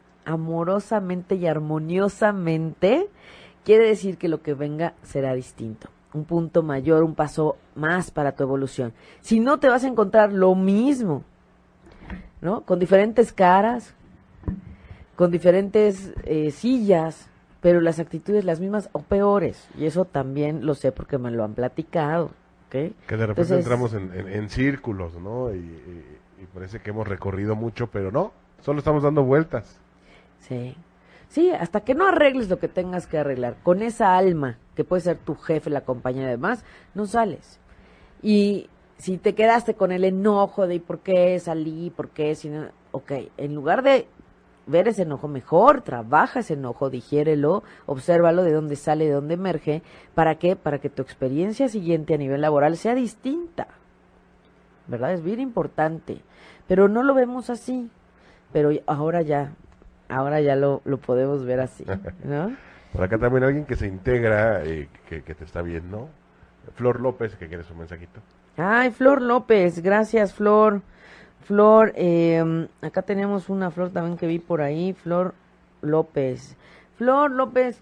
y armoniosamente, quiere decir que lo que venga será distinto, un punto mayor, un paso más para tu evolución. Si no, te vas a encontrar lo mismo, ¿no? Con diferentes caras, con diferentes sillas, pero las actitudes las mismas o peores. Y eso también lo sé porque me lo han platicado. ¿Okay? Que de repente Entonces, entramos en círculos, ¿no? Y parece que hemos recorrido mucho, pero no, solo estamos dando vueltas. sí. Sí, hasta que no arregles lo que tengas que arreglar, con esa alma, que puede ser tu jefe, la compañía y demás, no sales. Y si te quedaste con el enojo de ¿por qué salí? ¿Por qué? Si no? Ok, en lugar de ver ese enojo, mejor trabaja ese enojo, digiérelo, obsérvalo de dónde sale, de dónde emerge. ¿Para qué? Para que tu experiencia siguiente a nivel laboral sea distinta. ¿Verdad? Es bien importante. Pero no lo vemos así. Pero ahora ya lo podemos ver así, ¿no? Por acá también alguien que se integra, que te está viendo. Flor López, que quiere su mensajito. Ay, Flor López, gracias, Flor. Flor, acá tenemos una Flor también que vi por ahí, Flor López. Flor López,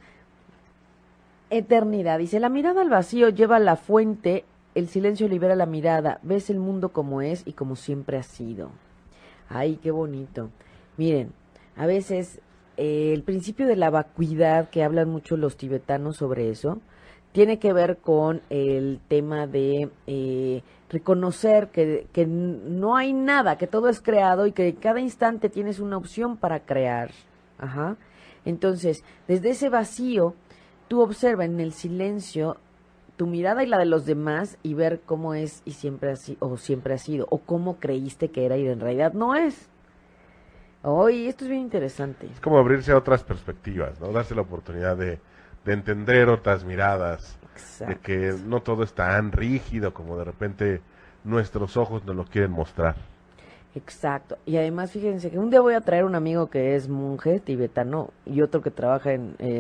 eternidad. Dice, la mirada al vacío lleva a la fuente, el silencio libera la mirada, ves el mundo como es y como siempre ha sido. Ay, qué bonito. Miren, a veces el principio de la vacuidad, que hablan mucho los tibetanos sobre eso, tiene que ver con el tema de reconocer que no hay nada, que todo es creado y que cada instante tienes una opción para crear. Ajá. Entonces, desde ese vacío, tú observa en el silencio tu mirada y la de los demás y ver cómo es y siempre ha sido, o cómo creíste que era y en realidad no es. Oye, esto es bien interesante. Es como abrirse a otras perspectivas, ¿no? Darse la oportunidad de entender otras miradas. Exacto. De que no todo es tan rígido como de repente nuestros ojos nos lo quieren mostrar. Exacto. Y además, fíjense que un día voy a traer un amigo que es monje tibetano y otro que trabaja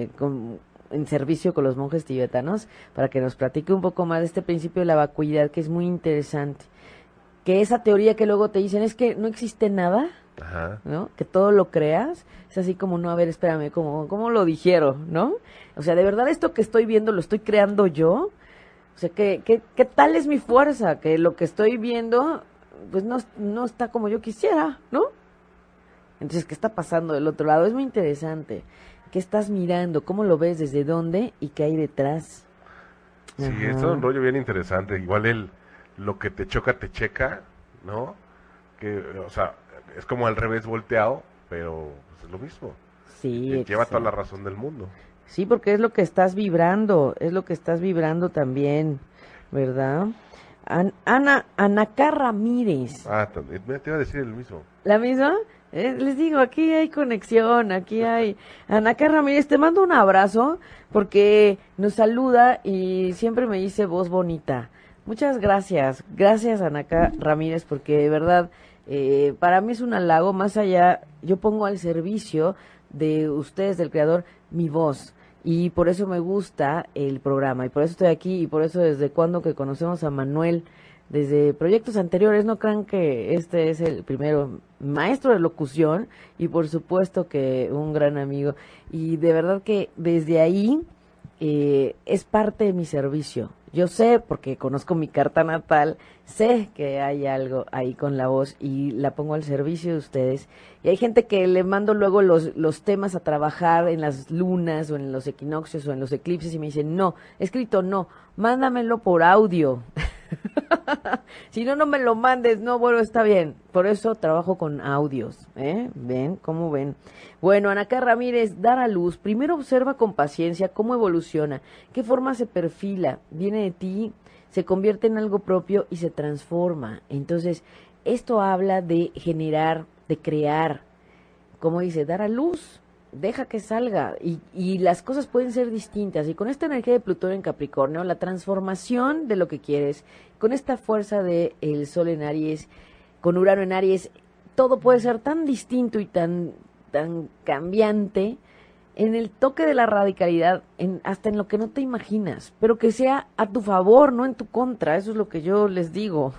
en servicio con los monjes tibetanos para que nos platique un poco más de este principio de la vacuidad, que es muy interesante. Que esa teoría que luego te dicen es que no existe nada, Ajá. ¿no? Que todo lo creas, es así como, no, a ver, espérame, ¿cómo lo dijeron, no? O sea, de verdad esto que estoy viendo lo estoy creando yo. O sea, ¿qué tal es mi fuerza? Que lo que estoy viendo, pues no está como yo quisiera, ¿no? Entonces, ¿qué está pasando del otro lado? Es muy interesante. ¿Qué estás mirando? ¿Cómo lo ves? ¿Desde dónde? ¿Y qué hay detrás? Sí, Ajá. es todo un rollo bien interesante. Igual lo que te choca, te checa, ¿no? Que, o sea, es como al revés volteado, pero pues, es lo mismo. Sí, Lleva toda la exacto. razón del mundo. Sí, porque es lo que estás vibrando también, ¿verdad? Anaká Ramírez. Te iba a decir el mismo. ¿La misma? Les digo, aquí hay conexión, aquí hay... Anaká Ramírez, te mando un abrazo porque nos saluda y siempre me dice voz bonita. Muchas gracias, gracias Anaká Ramírez, porque de verdad, para mí es un halago, más allá, yo pongo al servicio de ustedes, del creador, mi voz. Y por eso me gusta el programa, y por eso estoy aquí, y por eso desde cuando que conocemos a Manuel, desde proyectos anteriores, no crean que este es el primero, maestro de locución, y por supuesto que un gran amigo. Y de verdad que desde ahí es parte de mi servicio. Yo sé, porque conozco mi carta natal, sé que hay algo ahí con la voz y la pongo al servicio de ustedes. Y hay gente que le mando luego los temas a trabajar en las lunas o en los equinoccios o en los eclipses y me dicen, no, escrito no, mándamelo por audio. Si no, no me lo mandes, no, bueno, está bien. Por eso trabajo con audios, ¿eh? ¿Ven? ¿Cómo ven? Bueno, Anaká Ramírez, dar a luz. Primero observa con paciencia cómo evoluciona, qué forma se perfila, viene de ti, se convierte en algo propio y se transforma. Entonces, esto habla de generar, de crear, como dice, dar a luz. Deja que salga y las cosas pueden ser distintas. Y con esta energía de Plutón en Capricornio, la transformación de lo que quieres, con esta fuerza de el Sol en Aries, con Urano en Aries, todo puede ser tan distinto y tan cambiante en el toque de la radicalidad, hasta en lo que no te imaginas, pero que sea a tu favor, no en tu contra. Eso es lo que yo les digo.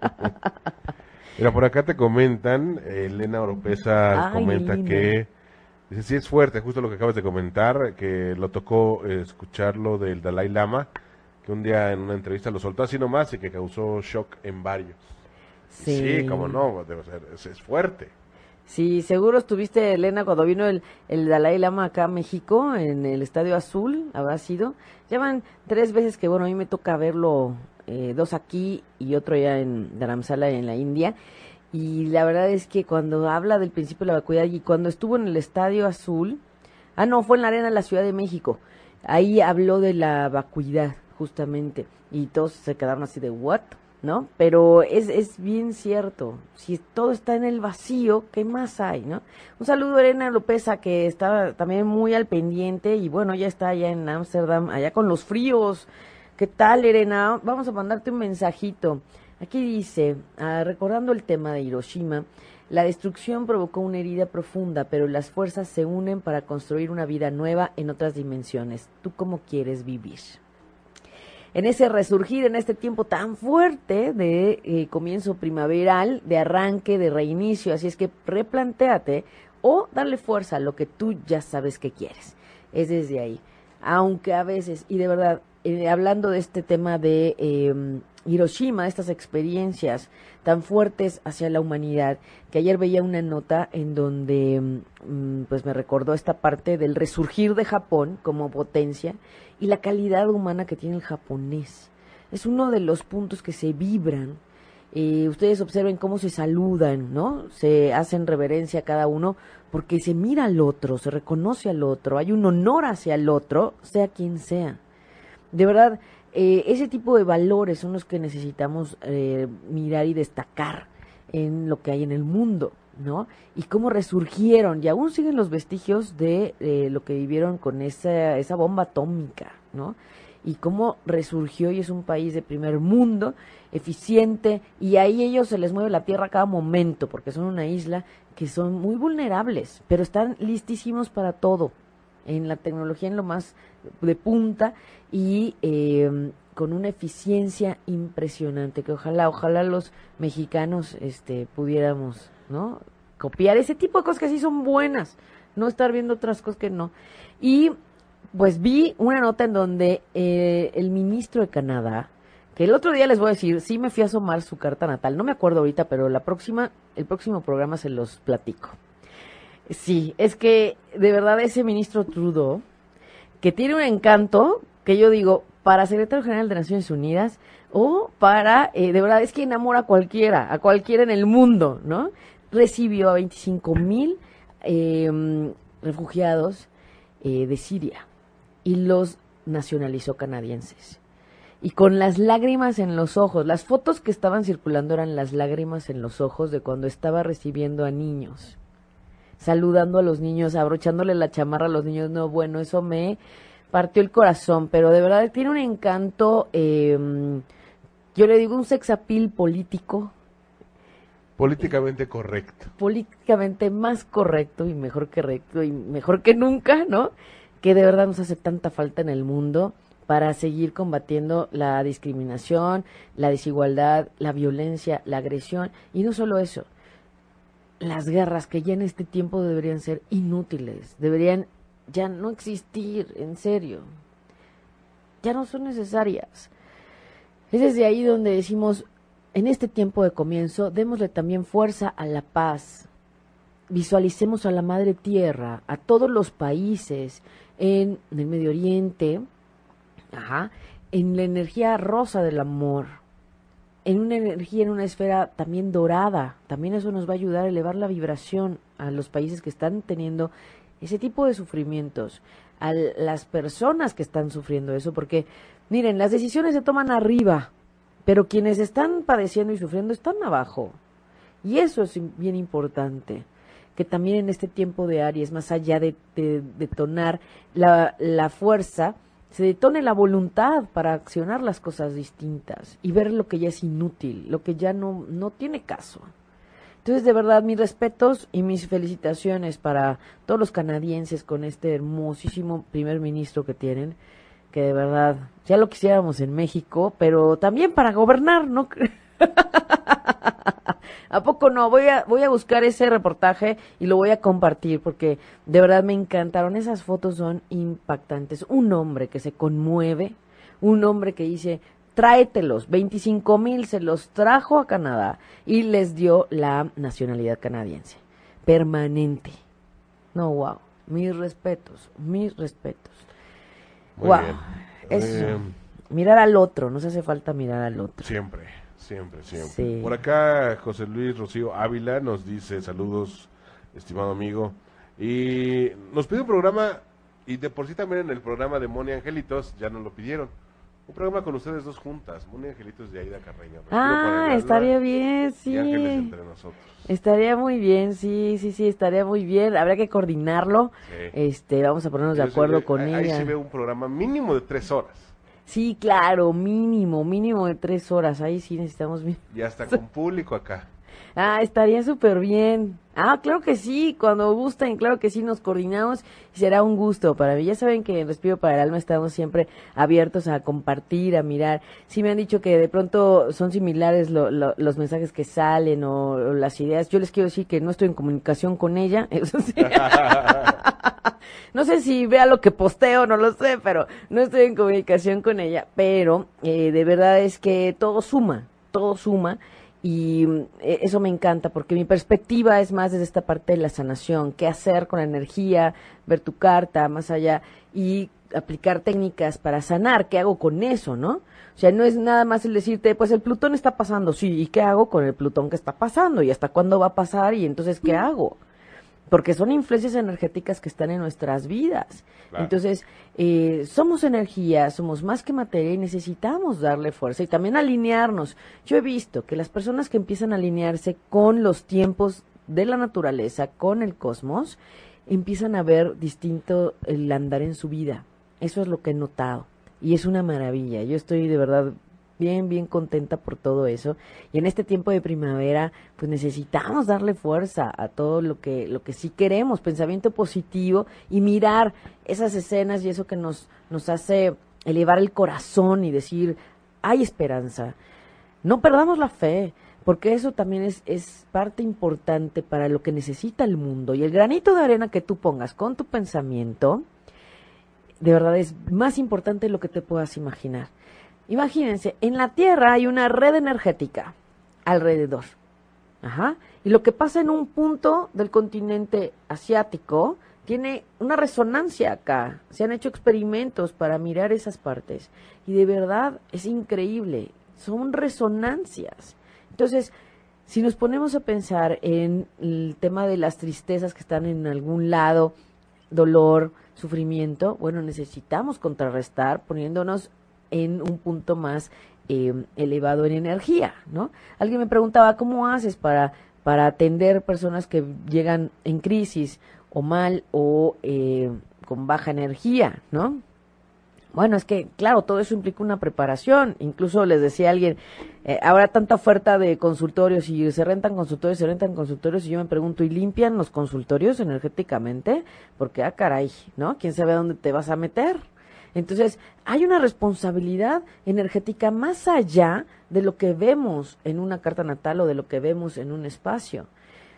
Mira, por acá te comentan, Elena Oropesa Ay, comenta linda. que dice, sí es fuerte, justo lo que acabas de comentar, que lo tocó escucharlo del Dalai Lama, que un día en una entrevista lo soltó así nomás y que causó shock en varios. Y sí, como no, debe ser, es fuerte. Sí, seguro estuviste, Elena, cuando vino el Dalai Lama acá a México, en el Estadio Azul, habrá sido. Llevan 3 veces que, bueno, a mí me toca verlo, 2 aquí y otro ya en Dharamsala, en la India. Y la verdad es que cuando habla del principio de la vacuidad y cuando estuvo en el Estadio Azul, no, fue en la Arena de la Ciudad de México, ahí habló de la vacuidad, justamente, y todos se quedaron así de, ¿what?, ¿no? Pero es bien cierto, si todo está en el vacío, ¿qué más hay, no? Un saludo a Elena Lopeza, que estaba también muy al pendiente, y bueno, ya está allá en Ámsterdam, allá con los fríos. ¿Qué tal, Elena? Vamos a mandarte un mensajito. Aquí dice, recordando el tema de Hiroshima, la destrucción provocó una herida profunda, pero las fuerzas se unen para construir una vida nueva en otras dimensiones. ¿Tú cómo quieres vivir? En ese resurgir, en este tiempo tan fuerte de comienzo primaveral, de arranque, de reinicio, así es que replantéate o darle fuerza a lo que tú ya sabes que quieres. Es desde ahí. Aunque a veces, y de verdad, hablando de este tema de Hiroshima, de estas experiencias tan fuertes hacia la humanidad, que ayer veía una nota en donde pues me recordó esta parte del resurgir de Japón como potencia y la calidad humana que tiene el japonés. Es uno de los puntos que se vibran. Ustedes observen cómo se saludan, ¿no? Se hacen reverencia a cada uno porque se mira al otro, se reconoce al otro, hay un honor hacia el otro, sea quien sea. De verdad, ese tipo de valores son los que necesitamos mirar y destacar en lo que hay en el mundo, ¿no? Y cómo resurgieron, y aún siguen los vestigios de lo que vivieron con esa bomba atómica, ¿no? Y cómo resurgió y es un país de primer mundo, eficiente, y ahí ellos se les mueve la tierra a cada momento, porque son una isla que son muy vulnerables, pero están listísimos para todo, en la tecnología en lo más de punta y con una eficiencia impresionante, que ojalá los mexicanos pudiéramos, ¿no?, copiar ese tipo de cosas que sí son buenas, no estar viendo otras cosas que no. Y pues vi una nota en donde el ministro de Canadá, que el otro día les voy a decir, sí me fui a asomar su carta natal, no me acuerdo ahorita, pero el próximo programa se los platico. Sí, es que de verdad ese ministro Trudeau, que tiene un encanto, que yo digo, para secretario general de Naciones Unidas, o para, de verdad, es que enamora a cualquiera en el mundo, ¿no? Recibió a 25,000 refugiados de Siria y los nacionalizó canadienses. Y con las lágrimas en los ojos, las fotos que estaban circulando eran las lágrimas en los ojos de cuando estaba recibiendo a niños, saludando a los niños, abrochándole la chamarra a los niños. No, bueno, eso me partió el corazón, pero de verdad tiene un encanto, yo le digo un sex appeal político. Políticamente correcto. Políticamente más correcto y mejor que recto y mejor que nunca, ¿no? Que de verdad nos hace tanta falta en el mundo para seguir combatiendo la discriminación, la desigualdad, la violencia, la agresión, y no solo eso, las guerras que ya en este tiempo deberían ser inútiles, deberían ya no existir, en serio, ya no son necesarias. Es desde ahí donde decimos, en este tiempo de comienzo, démosle también fuerza a la paz, visualicemos a la Madre Tierra, a todos los países en el Medio Oriente, en la energía rosa del amor, en una energía, en una esfera también dorada. También eso nos va a ayudar a elevar la vibración a los países que están teniendo ese tipo de sufrimientos, a las personas que están sufriendo eso, porque miren, las decisiones se toman arriba, pero quienes están padeciendo y sufriendo están abajo, y eso es bien importante, que también en este tiempo de Aries, más allá de detonar la fuerza, se detone la voluntad para accionar las cosas distintas y ver lo que ya es inútil, lo que ya no tiene caso. Entonces, de verdad, mis respetos y mis felicitaciones para todos los canadienses con este hermosísimo primer ministro que tienen, que de verdad, ya lo quisiéramos en México, pero también para gobernar, ¿no? ¿A poco no? Voy a buscar ese reportaje y lo voy a compartir porque de verdad me encantaron. Esas fotos son impactantes. Un hombre que se conmueve, un hombre que dice, tráetelos, 25,000 se los trajo a Canadá y les dio la nacionalidad canadiense. permanente. No, wow, mis respetos, mis respetos. Muy Wow, bien. eso. Mirar al otro, nos hace falta mirar al otro. Siempre, siempre, siempre. Sí. Por acá José Luis Rocío Ávila nos dice saludos, estimado amigo. Y nos pide un programa, y de por sí también en el programa de Moni Angelitos, ya nos lo pidieron. Un programa con ustedes dos juntas, Moni Angelitos y Aida Carreño. Respiro para el alma Estaría bien, y Ángeles sí. entre nosotros. Estaría muy bien, sí, estaría muy bien. Habría que coordinarlo. Sí. Vamos a ponernos de Yo acuerdo sé, con ahí ella. sí veo un programa mínimo de 3 horas. Sí, claro, mínimo de 3 horas. Ahí sí necesitamos bien. Y hasta con público acá. Estaría súper bien. Claro que sí, cuando gusten, claro que sí, nos coordinamos y será un gusto para mí. Ya saben que en Respiro para el Alma estamos siempre abiertos a compartir, a mirar. Sí me han dicho que de pronto son similares los mensajes que salen o las ideas. Yo les quiero decir que no estoy en comunicación con ella, eso sí. No sé si vea lo que posteo, no lo sé, pero no estoy en comunicación con ella. Pero de verdad es que todo suma. Y eso me encanta porque mi perspectiva es más desde esta parte de la sanación, qué hacer con la energía, ver tu carta más allá y aplicar técnicas para sanar, qué hago con eso, ¿no? O sea, no es nada más el decirte, pues el Plutón está pasando, sí, ¿y qué hago con el Plutón que está pasando? ¿Y hasta cuándo va a pasar? Y entonces, ¿qué hago? Porque son influencias energéticas que están en nuestras vidas. Claro. Entonces, somos energía, somos más que materia y necesitamos darle fuerza y también alinearnos. Yo he visto que las personas que empiezan a alinearse con los tiempos de la naturaleza, con el cosmos, empiezan a ver distinto el andar en su vida. Eso es lo que he notado y es una maravilla. Yo estoy de verdad bien contenta por todo eso. Y en este tiempo de primavera, pues necesitamos darle fuerza a todo lo que sí queremos, pensamiento positivo y mirar esas escenas y eso que nos hace elevar el corazón y decir, hay esperanza. No perdamos la fe, porque eso también es parte importante para lo que necesita el mundo. Y el granito de arena que tú pongas con tu pensamiento, de verdad es más importante de lo que te puedas imaginar. Imagínense, en la Tierra hay una red energética alrededor. Y lo que pasa en un punto del continente asiático tiene una resonancia acá. Se han hecho experimentos para mirar esas partes. Y de verdad es increíble. Son resonancias. Entonces, si nos ponemos a pensar en el tema de las tristezas que están en algún lado, dolor, sufrimiento, bueno, necesitamos contrarrestar poniéndonos en un punto más elevado en energía, ¿no? Alguien me preguntaba, ¿cómo haces para atender personas que llegan en crisis o mal o con baja energía, ¿no? Bueno, es que, claro, todo eso implica una preparación. Incluso les decía a alguien, habrá tanta oferta de consultorios y se rentan consultorios y yo me pregunto, ¿y limpian los consultorios energéticamente? Porque, caray, ¿no? ¿Quién sabe a dónde te vas a meter? Entonces, hay una responsabilidad energética más allá de lo que vemos en una carta natal o de lo que vemos en un espacio.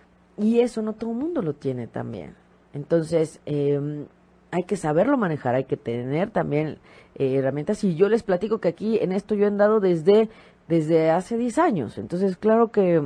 Y eso no todo el mundo lo tiene también. Entonces, hay que saberlo manejar, hay que tener también herramientas. Y yo les platico que aquí en esto yo he andado desde hace 10 años. Entonces, claro que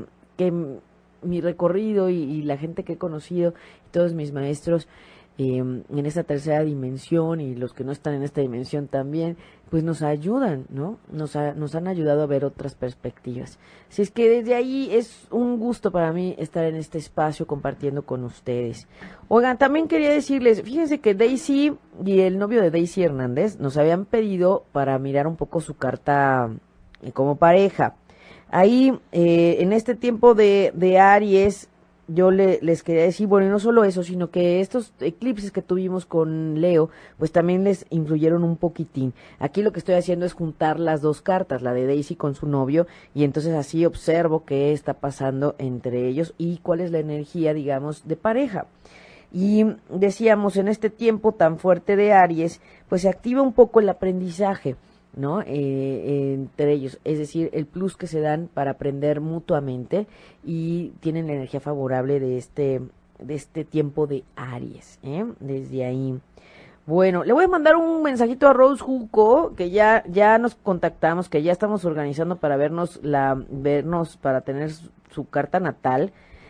mi recorrido y la gente que he conocido, y todos mis maestros, en esta tercera dimensión y los que no están en esta dimensión también, pues nos ayudan, ¿no? Nos han ayudado a ver otras perspectivas. Así es que desde ahí es un gusto para mí estar en este espacio compartiendo con ustedes. Oigan, también quería decirles, fíjense que Daisy y el novio de Daisy Hernández nos habían pedido para mirar un poco su carta como pareja. Ahí, en este tiempo de Aries, yo les quería decir, bueno, y no solo eso, sino que estos eclipses que tuvimos con Leo, pues también les influyeron un poquitín. Aquí lo que estoy haciendo es juntar las dos cartas, la de Daisy con su novio, y entonces así observo qué está pasando entre ellos y cuál es la energía, digamos, de pareja. Y decíamos, en este tiempo tan fuerte de Aries, pues se activa un poco el aprendizaje, ¿no? Entre ellos, es decir, el plus que se dan para aprender mutuamente y tienen la energía favorable de este tiempo de Aries, desde ahí. Bueno, le voy a mandar un mensajito a Rose Juco, que ya nos contactamos, que ya estamos organizando para vernos para tener su carta natal.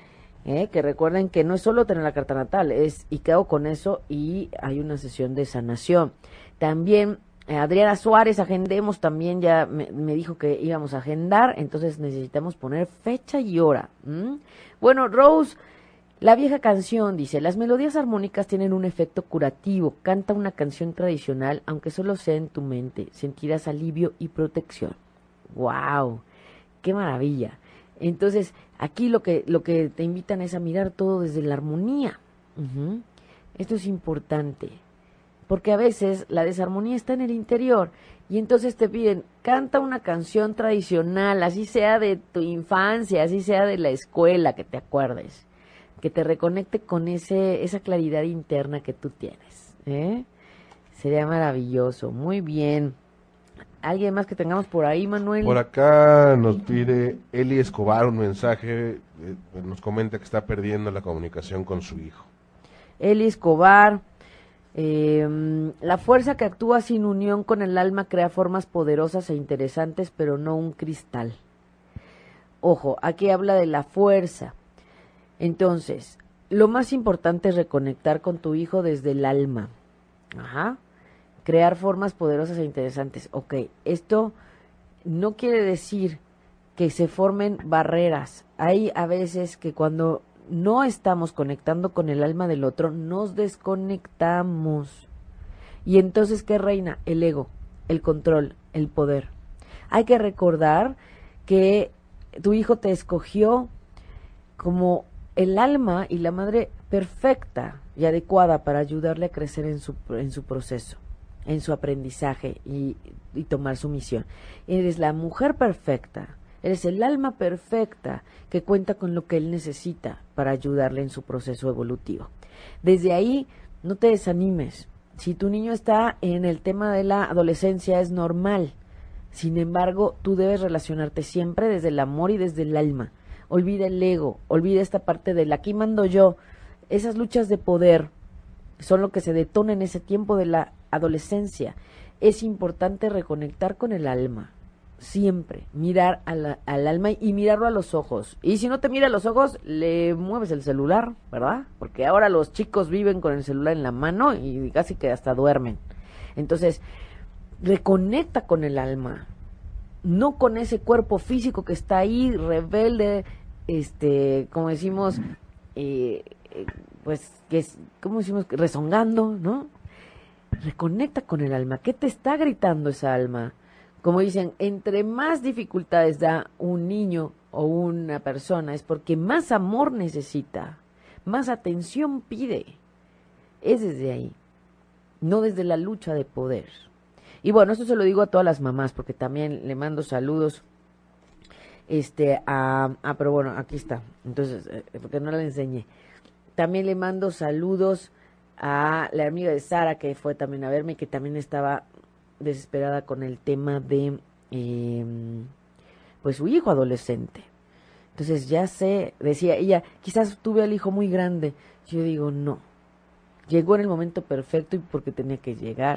Que recuerden que no es solo tener la carta natal, es y qué hago con eso, y hay una sesión de sanación. También Adriana Suárez, agendemos, también ya me dijo que íbamos a agendar, entonces necesitamos poner fecha y hora. Bueno, Rose, la vieja canción, dice, las melodías armónicas tienen un efecto curativo. Canta una canción tradicional, aunque solo sea en tu mente. Sentirás alivio y protección. ¡Wow! ¡Qué maravilla! Entonces, aquí lo que te invitan es a mirar todo desde la armonía. Esto es importante, porque a veces la desarmonía está en el interior, y entonces te piden, canta una canción tradicional, así sea de tu infancia, así sea de la escuela, que te acuerdes, que te reconecte con esa claridad interna que tú tienes. Sería maravilloso. Muy bien. ¿Alguien más que tengamos por ahí, Manuel? Por acá nos pide Eli Escobar un mensaje, nos comenta que está perdiendo la comunicación con su hijo. Eli Escobar, la fuerza que actúa sin unión con el alma crea formas poderosas e interesantes, pero no un cristal. Ojo, aquí habla de la fuerza. Entonces, lo más importante es reconectar con tu hijo desde el alma. Crear formas poderosas e interesantes. Ok, esto no quiere decir que se formen barreras. Hay a veces que cuando no estamos conectando con el alma del otro, nos desconectamos. Y entonces, ¿qué reina? El ego, el control, el poder. Hay que recordar que tu hijo te escogió como el alma y la madre perfecta y adecuada para ayudarle a crecer en su proceso, en su aprendizaje y tomar su misión. Eres la mujer perfecta, eres el alma perfecta que cuenta con lo que él necesita para ayudarle en su proceso evolutivo. Desde ahí, no te desanimes. Si tu niño está en el tema de la adolescencia, es normal. Sin embargo, tú debes relacionarte siempre desde el amor y desde el alma. Olvida el ego, olvida esta parte del aquí mando yo. Esas luchas de poder son lo que se detona en ese tiempo de la adolescencia. Es importante reconectar con el alma, siempre, mirar al alma y mirarlo a los ojos. Y si no te mira a los ojos, le mueves el celular, ¿verdad? Porque ahora los chicos viven con el celular en la mano y casi que hasta duermen. Entonces, reconecta con el alma, no con ese cuerpo físico que está ahí, rebelde, como decimos, pues, que es, ¿cómo decimos? Rezongando, ¿no? Reconecta con el alma. ¿Qué te está gritando esa alma? Como dicen, entre más dificultades da un niño o una persona, es porque más amor necesita, más atención pide. Es desde ahí, no desde la lucha de poder. Y bueno, esto se lo digo a todas las mamás, porque también le mando saludos, pero bueno, aquí está, entonces, porque no la enseñé. También le mando saludos a la amiga de Sara, que fue también a verme, que también estaba desesperada con el tema de, pues, su hijo adolescente. Entonces, ya sé, decía ella, quizás tuve al hijo muy grande. Yo digo, no, llegó en el momento perfecto y porque tenía que llegar.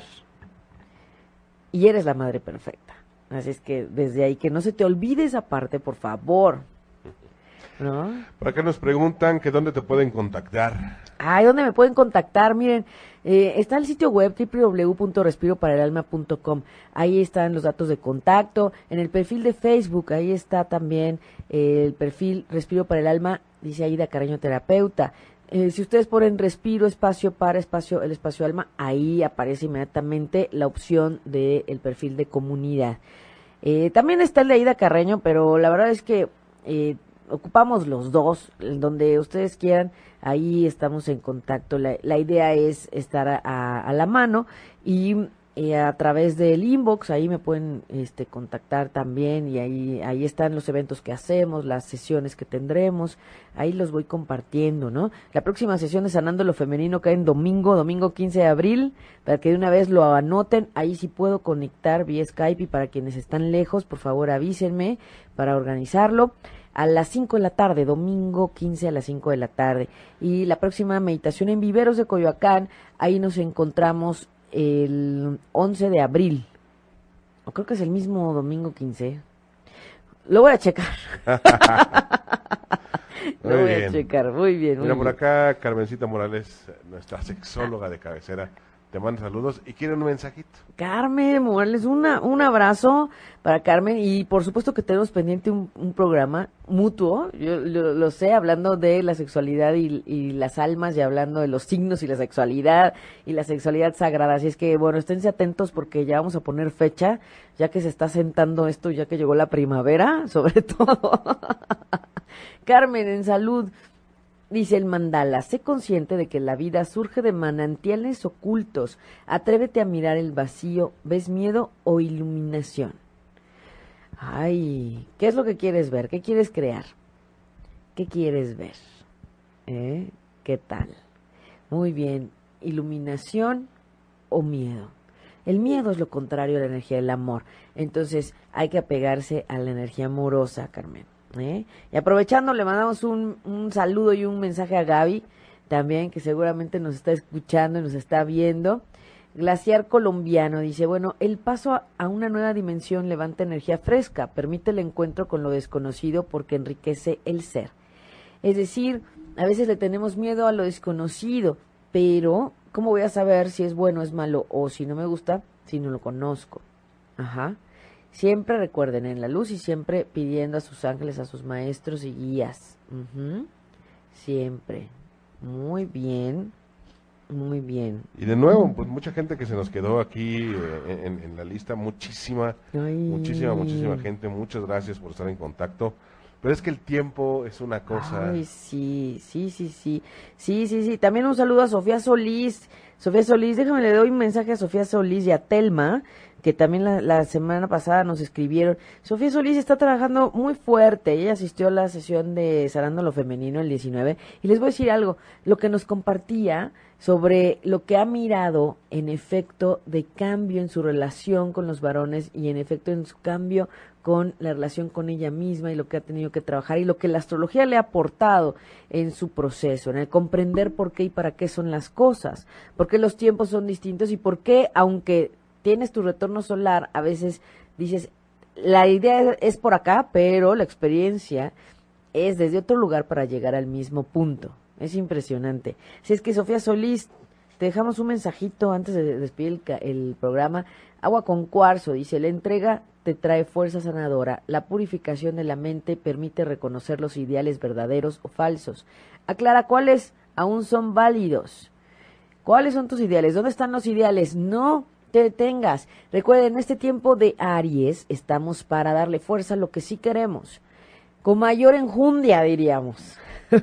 Y eres la madre perfecta. Así es que desde ahí, que no se te olvide esa parte, por favor. ¿No? Por acá nos preguntan que dónde te pueden contactar. ¿Dónde me pueden contactar? Miren, está el sitio web www.respiroparaelalma.com. Ahí están los datos de contacto. En el perfil de Facebook, ahí está también el perfil Respiro para el Alma, dice Aida Carreño Terapeuta. Si ustedes ponen respiro, espacio para, espacio, el espacio alma, ahí aparece inmediatamente la opción del perfil de comunidad. También está el de Aida Carreño, pero la verdad es que ocupamos los dos, donde ustedes quieran, ahí estamos en contacto. La idea es estar a la mano y a través del inbox, ahí me pueden contactar también, y ahí están los eventos que hacemos, las sesiones que tendremos, ahí los voy compartiendo, ¿no? La próxima sesión de Sanando lo Femenino cae en domingo 15 de abril, para que de una vez lo anoten. Ahí sí puedo conectar vía Skype, y para quienes están lejos, por favor avísenme para organizarlo. A las 5 de la tarde, domingo 15 a las 5 de la tarde. Y la próxima meditación en Viveros de Coyoacán, ahí nos encontramos el 11 de abril. O creo que es el mismo domingo 15. Lo voy a checar. Lo voy a checar, muy bien. Mira, por acá Carmencita Morales, nuestra sexóloga de cabecera, te manda saludos y quiere un mensajito. Carmen Morales, un abrazo para Carmen y por supuesto que tenemos pendiente un programa mutuo, yo lo sé, hablando de la sexualidad y las almas y hablando de los signos y la sexualidad sagrada, así es que bueno, esténse atentos porque ya vamos a poner fecha, ya que se está sentando esto, ya que llegó la primavera, sobre todo. Carmen, en salud. Dice el mandala, sé consciente de que la vida surge de manantiales ocultos. Atrévete a mirar el vacío. ¿Ves miedo o iluminación? Ay, ¿qué es lo que quieres ver? ¿Qué quieres crear? ¿Qué quieres ver? ¿Qué tal? Muy bien, iluminación o miedo. El miedo es lo contrario a la energía del amor. Entonces hay que apegarse a la energía amorosa, Carmen. Y aprovechando, le mandamos un saludo y un mensaje a Gaby, también, que seguramente nos está escuchando y nos está viendo. Glaciar Colombiano dice, bueno, el paso a una nueva dimensión levanta energía fresca, permite el encuentro con lo desconocido porque enriquece el ser. Es decir, a veces le tenemos miedo a lo desconocido, pero ¿cómo voy a saber si es bueno o es malo? O si no me gusta, si no lo conozco. Ajá. Siempre recuerden en la luz y siempre pidiendo a sus ángeles, a sus maestros y guías. Siempre. Muy bien. Muy bien. Y de nuevo, pues mucha gente que se nos quedó aquí en la lista, muchísima gente. Muchas gracias por estar en contacto. Pero es que el tiempo es una cosa. Ay, sí. También un saludo a Sofía Solís. Sofía Solís, déjame le doy un mensaje a Sofía Solís y a Telma, que también la semana pasada nos escribieron. Sofía Solís está trabajando muy fuerte. Ella asistió a la sesión de Sanando lo Femenino el 19. Y les voy a decir algo, lo que nos compartía sobre lo que ha mirado en efecto de cambio en su relación con los varones y en efecto en su cambio con la relación con ella misma y lo que ha tenido que trabajar y lo que la astrología le ha aportado en su proceso, en el comprender por qué y para qué son las cosas, por qué los tiempos son distintos y por qué, aunque tienes tu retorno solar, a veces dices, la idea es por acá, pero la experiencia es desde otro lugar para llegar al mismo punto. Es impresionante. Si es que Sofía Solís, te dejamos un mensajito antes de despedir el programa. Agua con cuarzo, dice, la entrega te trae fuerza sanadora. La purificación de la mente permite reconocer los ideales verdaderos o falsos. Aclara cuáles aún son válidos. ¿Cuáles son tus ideales? ¿Dónde están los ideales? No te detengas. Recuerden, en este tiempo de Aries estamos para darle fuerza a lo que sí queremos. Con mayor enjundia, diríamos.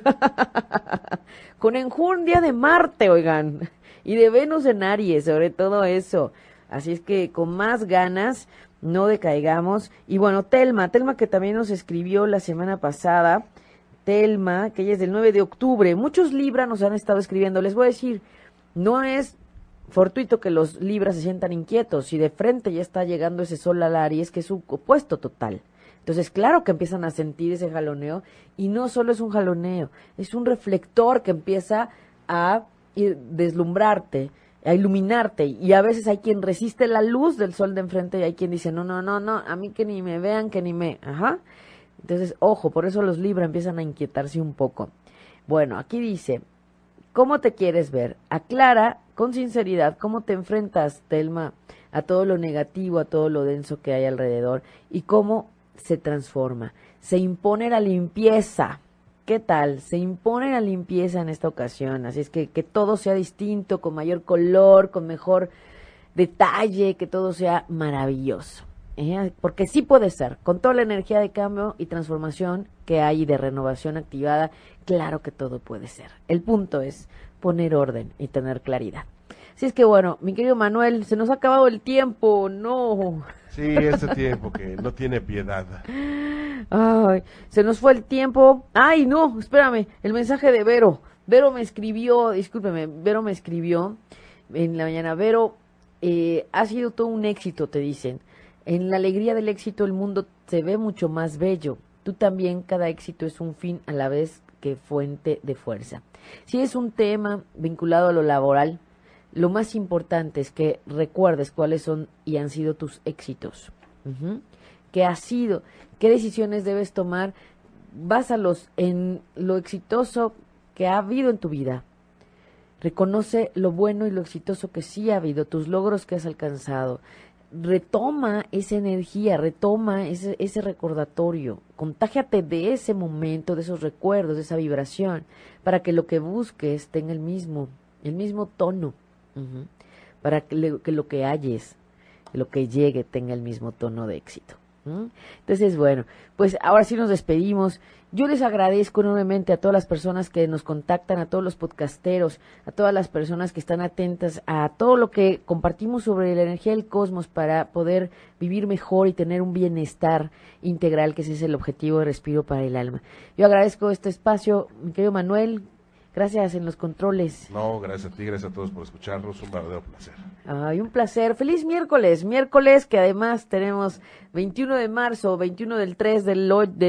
Con enjundia de Marte, oigan, y de Venus en Aries, sobre todo eso. Así es que con más ganas, no decaigamos. Y bueno, Telma que también nos escribió la semana pasada, Telma, que ella es del 9 de octubre. Muchos Libra nos han estado escribiendo. Les voy a decir, no es fortuito que los Libras se sientan inquietos. Si de frente ya está llegando ese sol al Aries, que es su opuesto total. Entonces, claro que empiezan a sentir ese jaloneo, y no solo es un jaloneo, es un reflector que empieza a deslumbrarte, a iluminarte, y a veces hay quien resiste la luz del sol de enfrente y hay quien dice, no, a mí que ni me vean, que ni me... Entonces, ojo, por eso los Libra empiezan a inquietarse un poco. Bueno, aquí dice, ¿cómo te quieres ver? Aclara con sinceridad cómo te enfrentas, Telma, a todo lo negativo, a todo lo denso que hay alrededor, y cómo se transforma. Se impone la limpieza. ¿Qué tal? Se impone la limpieza en esta ocasión. Así es que todo sea distinto, con mayor color, con mejor detalle, que todo sea maravilloso. Porque sí puede ser, con toda la energía de cambio y transformación que hay y de renovación activada, claro que todo puede ser. El punto es poner orden y tener claridad. Así es que bueno, mi querido Manuel, se nos ha acabado el tiempo, no. Sí, este tiempo que no tiene piedad. Ay, se nos fue el tiempo. Ay, no, espérame, el mensaje de Vero. Vero me escribió en la mañana. Vero, ha sido todo un éxito, te dicen. En la alegría del éxito el mundo se ve mucho más bello. Tú también, cada éxito es un fin a la vez que fuente de fuerza. Si es un tema vinculado a lo laboral, lo más importante es que recuerdes cuáles son y han sido tus éxitos. ¿Qué ha sido? ¿Qué decisiones debes tomar básalos en lo exitoso que ha habido en tu vida. Reconoce lo bueno y lo exitoso que sí ha habido, tus logros que has alcanzado. Retoma esa energía, retoma ese recordatorio. Contágiate de ese momento, de esos recuerdos, de esa vibración, para que lo que busques tenga el mismo tono. Para que lo que halles, lo que llegue, tenga el mismo tono de éxito. Entonces, bueno, pues ahora sí nos despedimos. Yo les agradezco enormemente a todas las personas que nos contactan, a todos los podcasteros, a todas las personas que están atentas a todo lo que compartimos sobre la energía del cosmos para poder vivir mejor y tener un bienestar integral, que ese es el objetivo de Respiro para el Alma. Yo agradezco este espacio, mi querido Manuel. Gracias en los controles. No, gracias a ti, gracias a todos por escucharnos. Un verdadero placer. Ay, un placer. Feliz miércoles que además tenemos 21 de marzo, 21 del 3 del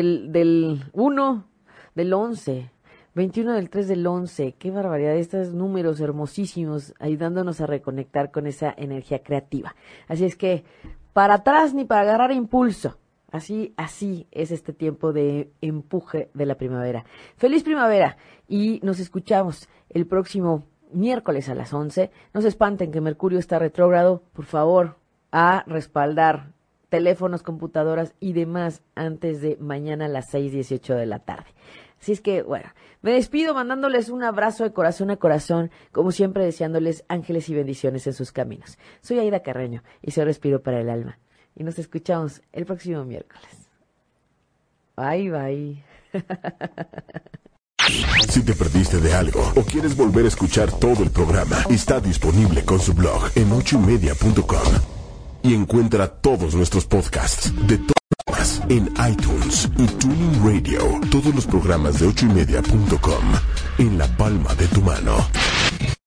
1 del 11. 21 del 3 del 11. Qué barbaridad, estos números hermosísimos ayudándonos a reconectar con esa energía creativa. Así es que, para atrás ni para agarrar impulso. Así es este tiempo de empuje de la primavera. ¡Feliz primavera! Y nos escuchamos el próximo miércoles a las 11. No se espanten que Mercurio está retrógrado. Por favor, a respaldar teléfonos, computadoras y demás antes de mañana a las 6:18 de la tarde. Así es que, bueno, me despido mandándoles un abrazo de corazón a corazón, como siempre deseándoles ángeles y bendiciones en sus caminos. Soy Aida Carreño y soy Respiro para el Alma. Y nos escuchamos el próximo miércoles. Bye, bye. Si te perdiste de algo o quieres volver a escuchar todo el programa, está disponible con su blog en 8ymedia.com. Y encuentra todos nuestros podcasts de todas en iTunes y Tuning Radio. Todos los programas de 8ymedia.com en la palma de tu mano.